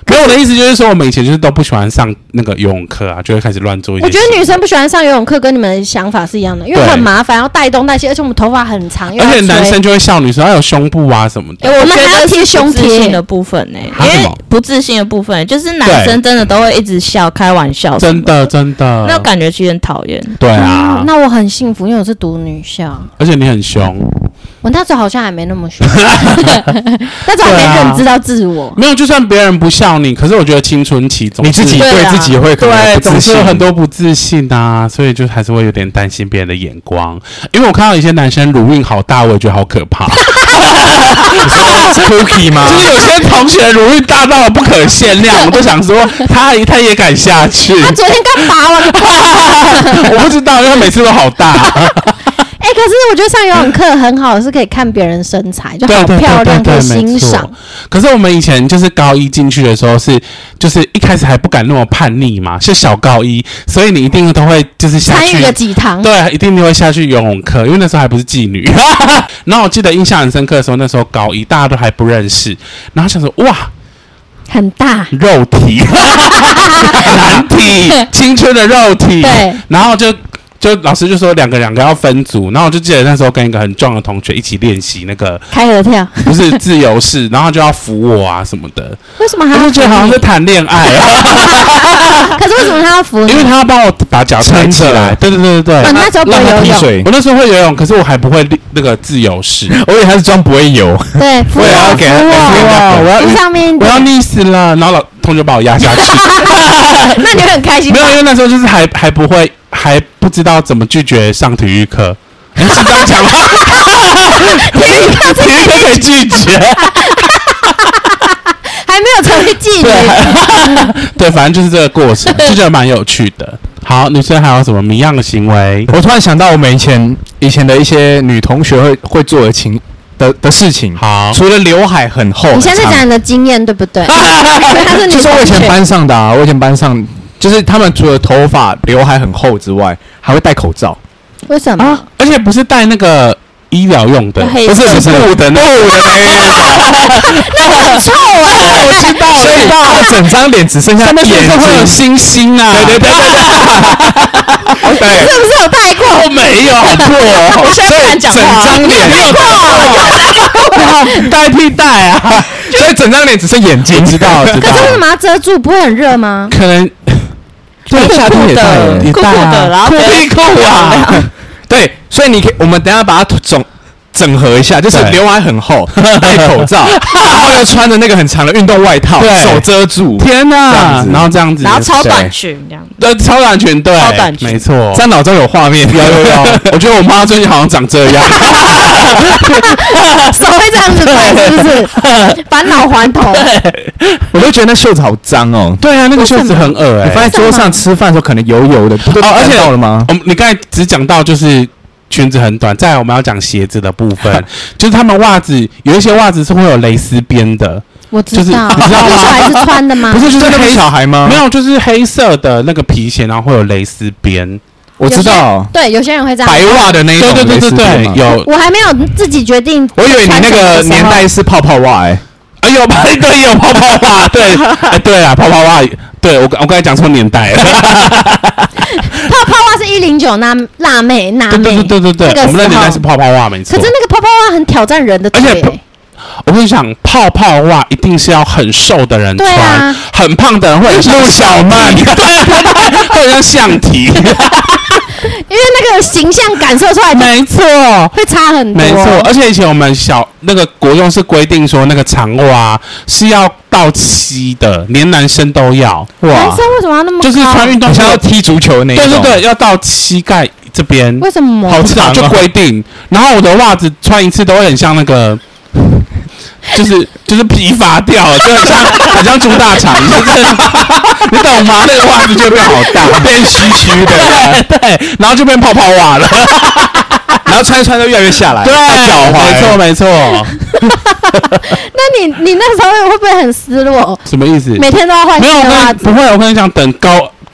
Speaker 1: 没有我的意思就是说，我们以前就是都不喜欢上那个游泳课啊，就会开始乱做一些。
Speaker 2: 我觉得女生不喜欢上游泳课，跟你们的想法是一样的，因为很麻烦，要带东带西，而且我们头发很长，
Speaker 1: 而且男生就会笑女生要有胸部啊什么的。
Speaker 4: 我
Speaker 2: 们还要贴胸贴
Speaker 4: 的部分呢、欸，因为不自信的部分，就是男生真的都会一直笑开玩笑，
Speaker 1: 真的真的，
Speaker 4: 那感觉其实很讨厌。
Speaker 1: 对啊、
Speaker 2: 嗯，那我很幸福，因为我是读女校，
Speaker 1: 而且你很凶。
Speaker 2: 我那时候好像还没那么凶，那时候还没认知到自我、啊。
Speaker 1: 没有，就算别人不笑你，可是我觉得青春期总
Speaker 3: 你自己对自己会可能
Speaker 1: 对，
Speaker 3: 不自信，
Speaker 1: 总是有很多不自信啊，所以就还是会有点担心别人的眼光。因为我看到一些男生乳晕好大，我也觉得好可怕。
Speaker 3: 是 cookie 吗？
Speaker 1: 就是有些同学乳晕大到了不可限量，我都想说他他也敢下去。
Speaker 2: 他昨天刚拔完
Speaker 1: 我不知道，因为他每次都好大。
Speaker 2: 哎、欸，可是我觉得上游泳课很好，是可以看别人身材，就好漂亮，可以欣赏。
Speaker 1: 可是我们以前就是高一进去的时候是，就是一开始还不敢那么叛逆嘛，是小高一，所以你一定都会就是下去
Speaker 2: 参与个几堂，
Speaker 1: 对，一定都会下去游泳课，因为那时候还不是妓女。然后我记得印象很深刻的时候，那时候高一大家都还不认识，然后想说哇，
Speaker 2: 很大
Speaker 1: 肉体，男体，青春的肉体，
Speaker 2: 对，
Speaker 1: 然后就。就老师就说两个两个要分组，然后我就记得那时候跟一个很壮的同学一起练习那个
Speaker 2: 开合跳，
Speaker 1: 不是自由式，然后就要扶我啊什么的。
Speaker 2: 为什么还要？
Speaker 1: 我就觉得好像是谈恋爱啊。
Speaker 2: 可是为什么他要扶你？
Speaker 1: 因为他要帮我把脚撑起来。对对对对对。
Speaker 2: 我那时候不会游泳，
Speaker 1: 我那时候会游泳，可是我还不会那个自由式。
Speaker 3: 我以为他是装不会游。
Speaker 2: 对，扶我，扶我，我要扶上面，
Speaker 1: 我要溺死了，然后老同学把我压下去。
Speaker 2: 那你会很开心？
Speaker 1: 没有，因为那时候就是还还不会。还不知道怎么拒绝上体育课，是这样讲吗？体育课体育课可以拒绝，
Speaker 2: 还没有成为妓女。
Speaker 1: 对，反正就是这个过程，就觉得蛮有趣的。好，女生还有什么谜样的行为？
Speaker 3: 我突然想到，我们以前以前的一些女同学会会做的情的的事情。
Speaker 1: 好，
Speaker 3: 除了刘海很厚，
Speaker 2: 你现在讲你的经验对不对？
Speaker 3: 他是女同学，就是我以前班上的啊，我以前班上。就是他们除了头发刘海很厚之外，还会戴口罩。
Speaker 2: 为什么？
Speaker 1: 啊、而且不是戴那个医疗用的，
Speaker 3: 不是不是布的那布的那个，
Speaker 2: 那很臭哎！
Speaker 3: 我知道，所以他的整张脸只剩下眼睛，
Speaker 1: 会有星星啊！
Speaker 3: 对对对对对，
Speaker 2: 是不是有戴过？
Speaker 1: 我没有，好破哦！
Speaker 4: 我现在不敢讲话，
Speaker 3: 整张脸
Speaker 2: 戴
Speaker 1: 过，代替戴啊！
Speaker 3: 所以整张脸只剩眼睛，知道知道。
Speaker 2: 可是为什么要遮住？不会很热吗？
Speaker 1: 可能。
Speaker 3: 对，夏天也戴了，
Speaker 1: 也戴啊，
Speaker 4: 然后
Speaker 1: 酷屁酷啊！
Speaker 3: 对，所以你可以，我们等一下把它整整合一下，就是刘海很厚，戴口罩，然后又穿着那个很长的运动外套，手遮住。
Speaker 1: 天哪！然后这样子，
Speaker 4: 然后超短裙这样子，
Speaker 1: 对，超短裙，对，
Speaker 4: 超短裙，
Speaker 1: 没错。
Speaker 3: 在脑中有画面，
Speaker 1: 有有有。我觉得我妈最近好像长这样，
Speaker 2: 手会这样子摆，是不是？返老还童。
Speaker 3: 我都觉得那袖子好脏哦。
Speaker 1: 对啊，那个袖子很恶哎。
Speaker 3: 你放在桌上吃饭的时候，可能油油的。
Speaker 1: 哦，而且
Speaker 3: 到了吗？
Speaker 1: 我你刚才只讲到就是裙子很短，再来我们要讲鞋子的部分，就是他们袜子有一些袜子是会有蕾丝边的。
Speaker 2: 我知道，
Speaker 1: 就是你知道吗？
Speaker 2: 小孩子穿的吗？
Speaker 1: 不是，就是黑
Speaker 3: 小孩吗？
Speaker 1: 没有，就是黑色的那个皮鞋，然后会有蕾丝边。
Speaker 3: 我知道，
Speaker 2: 对，有些人会这样。
Speaker 3: 白袜的那一种，
Speaker 1: 对对对对对，有。
Speaker 2: 我还没有自己决定。
Speaker 3: 我以为你那个年代是泡泡袜，哎，
Speaker 1: 哎有吧？对，有泡泡袜，对，哎对啊，泡泡袜，对我我刚才讲错年代了。
Speaker 2: 泡泡袜是一零九那辣妹辣妹，
Speaker 1: 对对对对对对，我们那年代是泡泡袜，没错。
Speaker 2: 可是那个泡泡袜很挑战人的腿，而且
Speaker 1: 我跟你讲，泡泡袜一定是要很瘦的人穿，啊、很胖的人会
Speaker 3: 陆小曼，
Speaker 1: 会像橡皮，因
Speaker 2: 为那个形象感受出来，
Speaker 1: 没错，
Speaker 2: 会差很多，
Speaker 1: 没错。而且以前我们小那个国中是规定说，那个长袜是要到膝的，连男生都要。
Speaker 2: 哇，男生为什么要那么高？
Speaker 1: 就是穿运动
Speaker 3: 像要踢足球那种，
Speaker 1: 对对对，要到膝盖这边。
Speaker 2: 为什么？
Speaker 1: 好长、哦，就规定。然后我的袜子穿一次都会很像那个。就是就是皮发掉了，就很像很像猪大肠，就是你懂吗？那个袜子就变好大，变虚虚的，对对，然后就变泡泡袜了，
Speaker 3: 然后穿一穿就越来越下来，
Speaker 1: 对，
Speaker 3: 脚踝，
Speaker 1: 没错没错。
Speaker 2: 那你你那时候会不会很失落？
Speaker 1: 什么意思？
Speaker 2: 每天都要换新的袜子？
Speaker 1: 不会，我跟你讲，等高。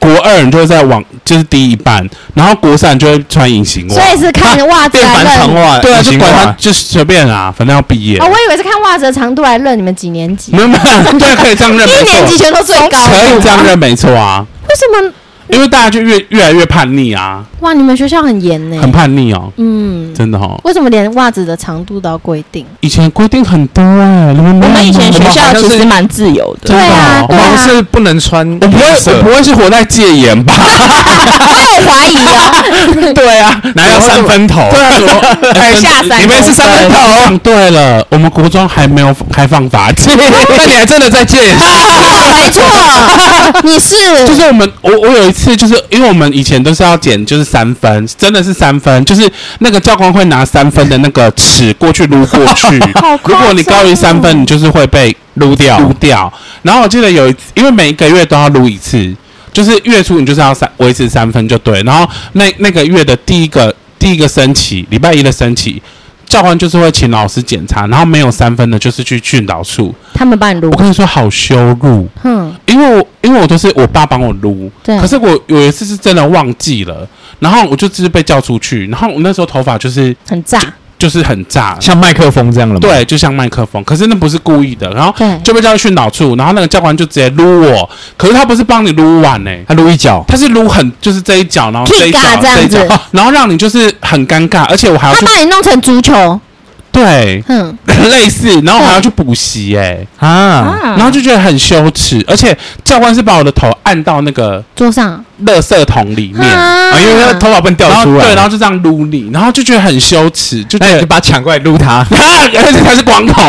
Speaker 1: 国二你就会在往就是低一半，然后国三你就会穿隐形袜，
Speaker 2: 所以是看袜子来
Speaker 3: 长
Speaker 2: 认。
Speaker 3: 袜，
Speaker 1: 对啊，就管他就是随便啊，反正要毕业。
Speaker 2: 哦，我以为是看袜子的长度来认你们几年级。
Speaker 1: 没有没有，对，可以这样认，
Speaker 2: 一年级全都最高，
Speaker 1: 可以这样认，没错啊。
Speaker 2: 为什么？
Speaker 1: 因为大家就越越来越叛逆啊！
Speaker 2: 哇，你们学校很严呢，
Speaker 1: 很叛逆哦。
Speaker 2: 嗯，
Speaker 1: 真的哦。
Speaker 2: 为什么连袜子的长度都要规定？
Speaker 1: 以前规定很多哎，你们
Speaker 4: 我们以前学校其实蛮自由的。
Speaker 2: 对啊，
Speaker 3: 我们是不能穿，
Speaker 1: 我不会，我不会是活在戒严吧？
Speaker 2: 我有怀疑啊。
Speaker 1: 对啊，
Speaker 3: 哪有三分头？
Speaker 1: 对啊，
Speaker 4: 还下三，
Speaker 3: 你们是三分头。
Speaker 1: 对了，我们国中还没有开放罚戒，
Speaker 3: 那你还真的在戒严？
Speaker 2: 没错，你是
Speaker 1: 就是我们，我我有一次就是因为我们以前都是要减，就是三分，真的是三分，就是那个教官会拿三分的那个尺过去撸过去。如果你高于三分，你就是会被撸掉，撸掉。然后我记得有一次，因为每一个月都要撸一次，就是月初你就是要三维持三分就对。然后那那个月的第一个第一个升旗，礼拜一的升旗。教官就是会请老师检查，然后没有三分的，就是去训导处。
Speaker 2: 他们帮你撸。
Speaker 1: 我跟你说，好羞辱。嗯，因为我因为我都是我爸帮我撸，对。可是我有一次是真的忘记了，然后我就只是被叫出去，然后我那时候头发就是
Speaker 2: 很炸。
Speaker 1: 就是很炸，
Speaker 3: 像麦克风这样了吗？
Speaker 1: 对，就像麦克风，可是那不是故意的，然后就被叫去训导处，然后那个教官就直接撸我，可是他不是帮你撸完呢、欸，
Speaker 3: 他撸一脚，
Speaker 1: 他是撸很就是这一脚，然后这一脚这一脚，然后让你就是很尴尬，而且我还要
Speaker 2: 他把你弄成足球。
Speaker 1: 对，嗯，类似，然后还要去补习哎、欸、啊，然后就觉得很羞耻，而且教官是把我的头按到那个
Speaker 2: 桌上
Speaker 1: 垃圾桶里面
Speaker 3: 啊，因为他头发不能掉出来，
Speaker 1: 对，然后就这样撸你，然后就觉得很羞耻，就觉得
Speaker 3: 就把他抢过来撸他，
Speaker 1: 而且他是光头，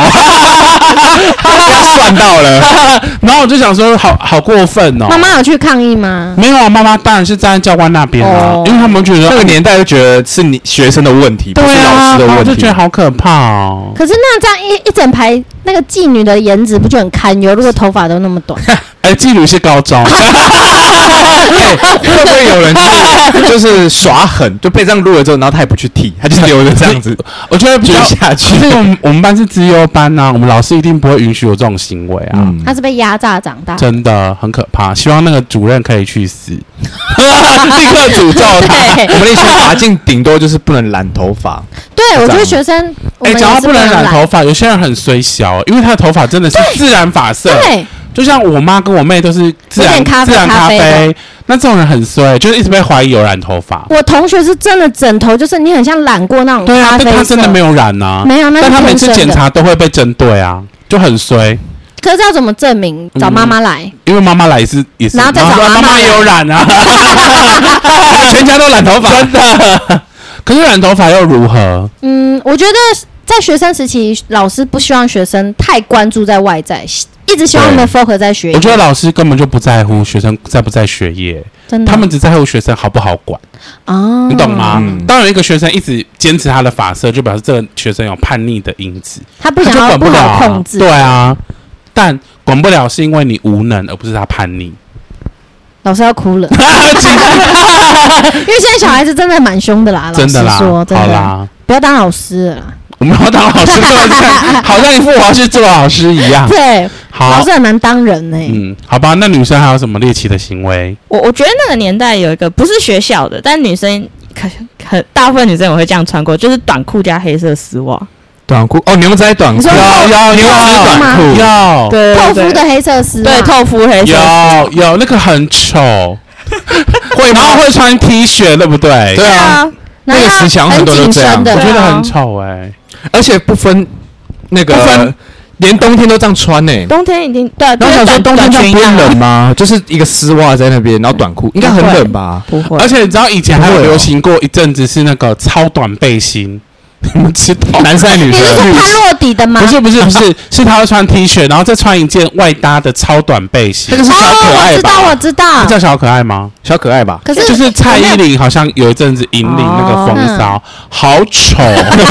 Speaker 3: 算到了，
Speaker 1: 然后我就想说，好好过分哦。
Speaker 2: 妈妈有去抗议吗？
Speaker 1: 没有啊，妈妈当然是站在教官那边啊，哦、因为他们觉得
Speaker 3: 那个年代就觉得是你学生的问题，不是老师的问题，
Speaker 1: 就觉得好可怕哦。
Speaker 2: 可是那这样一一整排那个妓女的颜值不就很堪忧？如果头发都那么短，
Speaker 1: 哎、欸，妓女是高中，
Speaker 3: 欸、会不会有人就是就是耍狠，就被这样撸了之后，然后他也不去剃，他就留着这样子？
Speaker 1: 我觉得比较
Speaker 3: 下去。
Speaker 1: 可是我们我们班是资优班呐、啊，我们老师一定不会允许有这种行为啊。嗯、
Speaker 2: 他是被压榨长大，
Speaker 1: 真的很可怕。希望那个主任可以去死，立刻诅咒他。
Speaker 3: 我们那些法禁顶多就是不能染头发。
Speaker 2: 对，我觉得学生，
Speaker 1: 哎，讲到不能染头发，有些人很衰小，因为他的头发真的是自然发色。
Speaker 2: 对。
Speaker 1: 就像我妈跟我妹都是自然
Speaker 2: 咖
Speaker 1: 自然咖啡，那这种人很衰，就是一直被怀疑有染头发。
Speaker 2: 我同学是真的枕头，就是你很像染过那种咖啡色。对啊，
Speaker 1: 但他真的没有染啊，
Speaker 2: 没有，那
Speaker 1: 但他每次检查都会被针对啊，就很衰。
Speaker 2: 可是要怎么证明？找妈妈来，
Speaker 1: 因为妈妈来是也是，
Speaker 2: 然后再找妈
Speaker 1: 妈妈也有染啊，
Speaker 3: 全家都染头发，
Speaker 1: 真的。可是染头发又如何？
Speaker 2: 嗯，我觉得在学生时期，老师不希望学生太关注在外在。一直希望他们 focus 在学业。
Speaker 1: 我觉得老师根本就不在乎学生在不在学业，
Speaker 2: 真的，
Speaker 1: 他们只在乎学生好不好管。哦，你懂吗？嗯、当有一个学生一直坚持他的发色，就表示这个学生有叛逆的因子，
Speaker 2: 他不想要
Speaker 1: 管不了、啊、
Speaker 2: 控制。
Speaker 1: 对啊，但管不了是因为你无能，而不是他叛逆。
Speaker 2: 老师要哭了，因为现在小孩子真的蛮凶的啦，
Speaker 1: 真的啦，
Speaker 2: 说真的
Speaker 1: 好啦，
Speaker 2: 不要当老师了啦。
Speaker 1: 我们要当老师，好像一副我要去做老师一样。
Speaker 2: 对，老师很难当人呢、欸。
Speaker 1: 嗯，好吧，那女生还有什么猎奇的行为？
Speaker 4: 我我觉得那个年代有一个不是学校的，但女生可可大部分女生也会这样穿过，就是短裤加黑色丝袜。
Speaker 3: 短裤哦，牛仔短裤，
Speaker 1: 有有牛仔短裤，有
Speaker 2: 对透肤的黑色丝袜，
Speaker 4: 对透肤黑色丝袜，
Speaker 1: 有有那个很丑，会然后会穿 T 恤，对不对？
Speaker 3: 对啊，那个时强很多都这样，
Speaker 1: 我觉得很丑哎、欸。
Speaker 3: 而且不分那个，分连冬天都这样穿呢、欸。
Speaker 4: 冬天一定对，
Speaker 3: 然后想说冬天这样不会冷吗？就是一个丝袜在那边，然后短裤，应该很冷吧？
Speaker 4: 不会。
Speaker 1: 而且你知道以前还有流行过一阵子是那个超短背心，你们知道？
Speaker 3: 男生女生？
Speaker 2: 你是说他落底的吗？
Speaker 1: 不是不是不是，是他会穿 T 恤，然后再穿一件外搭的超短背心。
Speaker 3: 那个是小可爱吧？
Speaker 2: 哦、我知道我知道，
Speaker 1: 叫小可爱吗？
Speaker 3: 小可爱吧？
Speaker 2: 可是
Speaker 1: 就是蔡依林好像有一阵子引领那个风骚，好丑。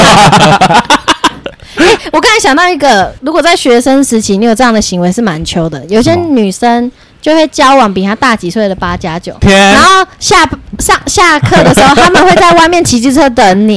Speaker 2: 欸、我刚才想到一个，如果在学生时期你有这样的行为是蛮糗的。有些女生就会交往比她大几岁的八加九，然后下上下课的时候，他们会在外面骑机车等你，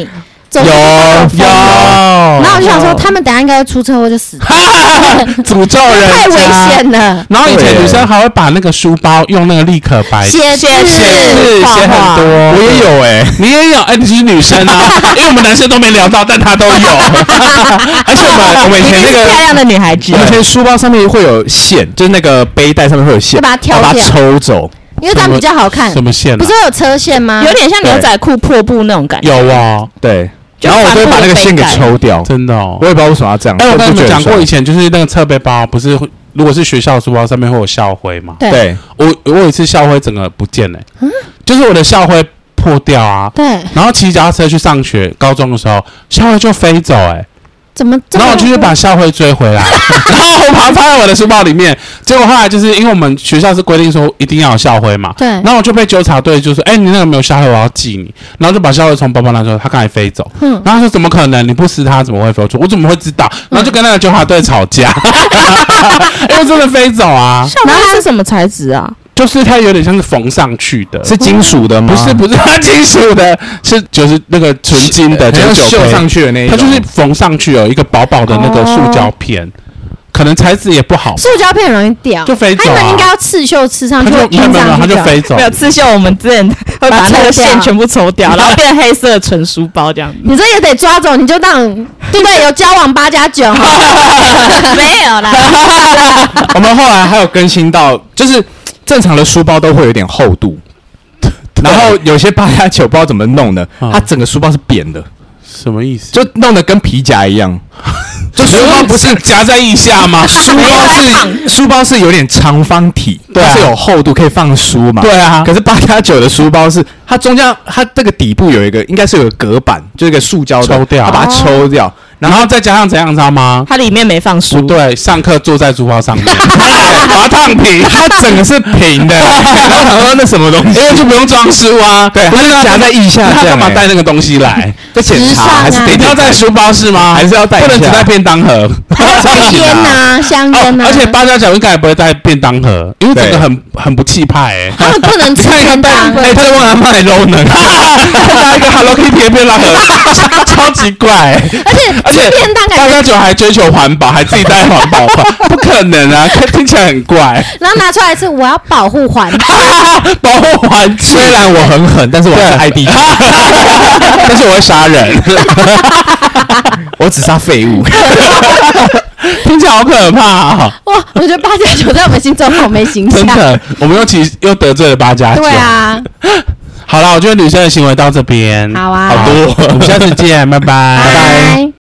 Speaker 2: 走路都
Speaker 3: 有，
Speaker 2: 然后我就想说，他们等下应该会出车祸就死，
Speaker 1: 诅咒人
Speaker 2: 太危险了。
Speaker 1: 然后以前女生还会把那个书包用那个立可白
Speaker 2: 写字
Speaker 1: 写字写很多，
Speaker 3: 我也有哎，
Speaker 1: 你也有哎，你是女生啊，因为我们男生都没聊到，但她都有。
Speaker 3: 而且我们我们以前那个
Speaker 4: 漂亮的女孩子，
Speaker 3: 我们以前书包上面会有线，就是那个背带上面会有线，
Speaker 2: 就把它挑掉，
Speaker 3: 把它抽走。
Speaker 2: 因为它比较好看。
Speaker 1: 什么线？
Speaker 2: 不是有车线吗？
Speaker 4: 有点像牛仔裤破布那种感觉。
Speaker 1: 有哦，
Speaker 3: 对。然后我就会把那个线给抽掉，
Speaker 1: 真的哦，
Speaker 3: 我也不知道为什么要这样。
Speaker 1: 哎，我跟你们讲过，以前就是那个侧背包，不是如果是学校书包上面会有校徽嘛？
Speaker 2: 对。
Speaker 1: 我我有一次校徽整个不见了，就是我的校徽破掉啊。
Speaker 2: 对。
Speaker 1: 然后骑脚踏车去上学，高中的时候校徽就飞走，哎。
Speaker 2: 怎么？
Speaker 1: 然后我就去把校徽追回来，然后我把它放在我的书包里面。结果后来就是因为我们学校是规定说一定要有校徽嘛，
Speaker 2: 对。
Speaker 1: 然后我就被纠察队就说：“哎，你那个没有校徽，我要记你。”然后就把校徽从包包拿出来，他刚才飞走。嗯。然后他说：“怎么可能？你不撕它怎么会飞走？我怎么会知道？”然后就跟那个纠察队吵架，因为真的飞走啊。
Speaker 4: 然后它是什么材质啊？
Speaker 1: 就是它有点像是缝上去的，
Speaker 3: 是金属的吗？
Speaker 1: 不是，不是，它金属的，是就是那个纯金的，
Speaker 3: 就是绣上去的那一种。
Speaker 1: 它就是缝上去有一个薄薄的那个塑胶片，哦、可能材质也不好。
Speaker 2: 塑胶片容易掉，
Speaker 1: 就飞走、啊。
Speaker 2: 他们应该要刺绣刺上去，
Speaker 1: 它就没有没有，它就飞走。
Speaker 4: 没有刺绣，我们之前会把那个线全部抽掉，然后变黑色的纯书包这样。
Speaker 2: 你这也得抓走，你就当对不对？有交往八加九哈？没有啦。
Speaker 3: 我们后来还有更新到，就是。正常的书包都会有点厚度，然后有些八加九不知道怎么弄的，它整个书包是扁的，
Speaker 1: 什么意思？
Speaker 3: 就弄得跟皮夹一样。就书包不是
Speaker 1: 夹在腋下吗？
Speaker 3: 书包是书包是有点长方体，
Speaker 1: 对、啊，
Speaker 3: 它是有厚度可以放书嘛。
Speaker 1: 对啊。
Speaker 3: 可是八加九的书包是它中间它这个底部有一个应该是有个隔板，就是一个塑胶的，
Speaker 1: 抽掉，
Speaker 3: 它把它抽掉。哦
Speaker 1: 然后再加上怎样，知道吗？
Speaker 4: 它里面没放书，
Speaker 1: 对，上课坐在书包上面，把它烫平，
Speaker 3: 它整个是平的。然后想说那什么东西？
Speaker 1: 因为就不用装书啊，
Speaker 3: 对，它就夹在腋下，
Speaker 1: 他干嘛带那个东西来？
Speaker 3: 在检查还是
Speaker 1: 一定要带书包是吗？
Speaker 3: 还是要带？
Speaker 1: 不能只带便当盒，
Speaker 2: 香烟呐，香烟呐。
Speaker 1: 而且八加九应该也不会带便当盒，因为整个很很不气派哎。
Speaker 2: 他们不能吃便当，
Speaker 3: 哎，这问他卖 low 呢？
Speaker 1: 拿一个 Hello Kitty 的便当盒，超级怪。
Speaker 2: 而且
Speaker 1: 而且
Speaker 2: 便当感觉。
Speaker 1: 八加九还追求环保，还自己带环保筷，不可能啊！听起来很怪。
Speaker 2: 然后拿出来是我要保护环境，
Speaker 1: 保护环境。
Speaker 3: 虽然我很狠，但是我还是爱地球，
Speaker 1: 但是我会杀人，
Speaker 3: 我只杀废物。
Speaker 1: 听起来好可怕啊！
Speaker 2: 哇，我觉得八加九在我们心中好没形象。
Speaker 1: 真的，我们又其实又得罪了八加九。
Speaker 2: 对啊。
Speaker 1: 好了，我觉得女生的行为到这边，
Speaker 2: 好啊，
Speaker 1: 好多，我们下次见，拜拜，
Speaker 2: 拜拜。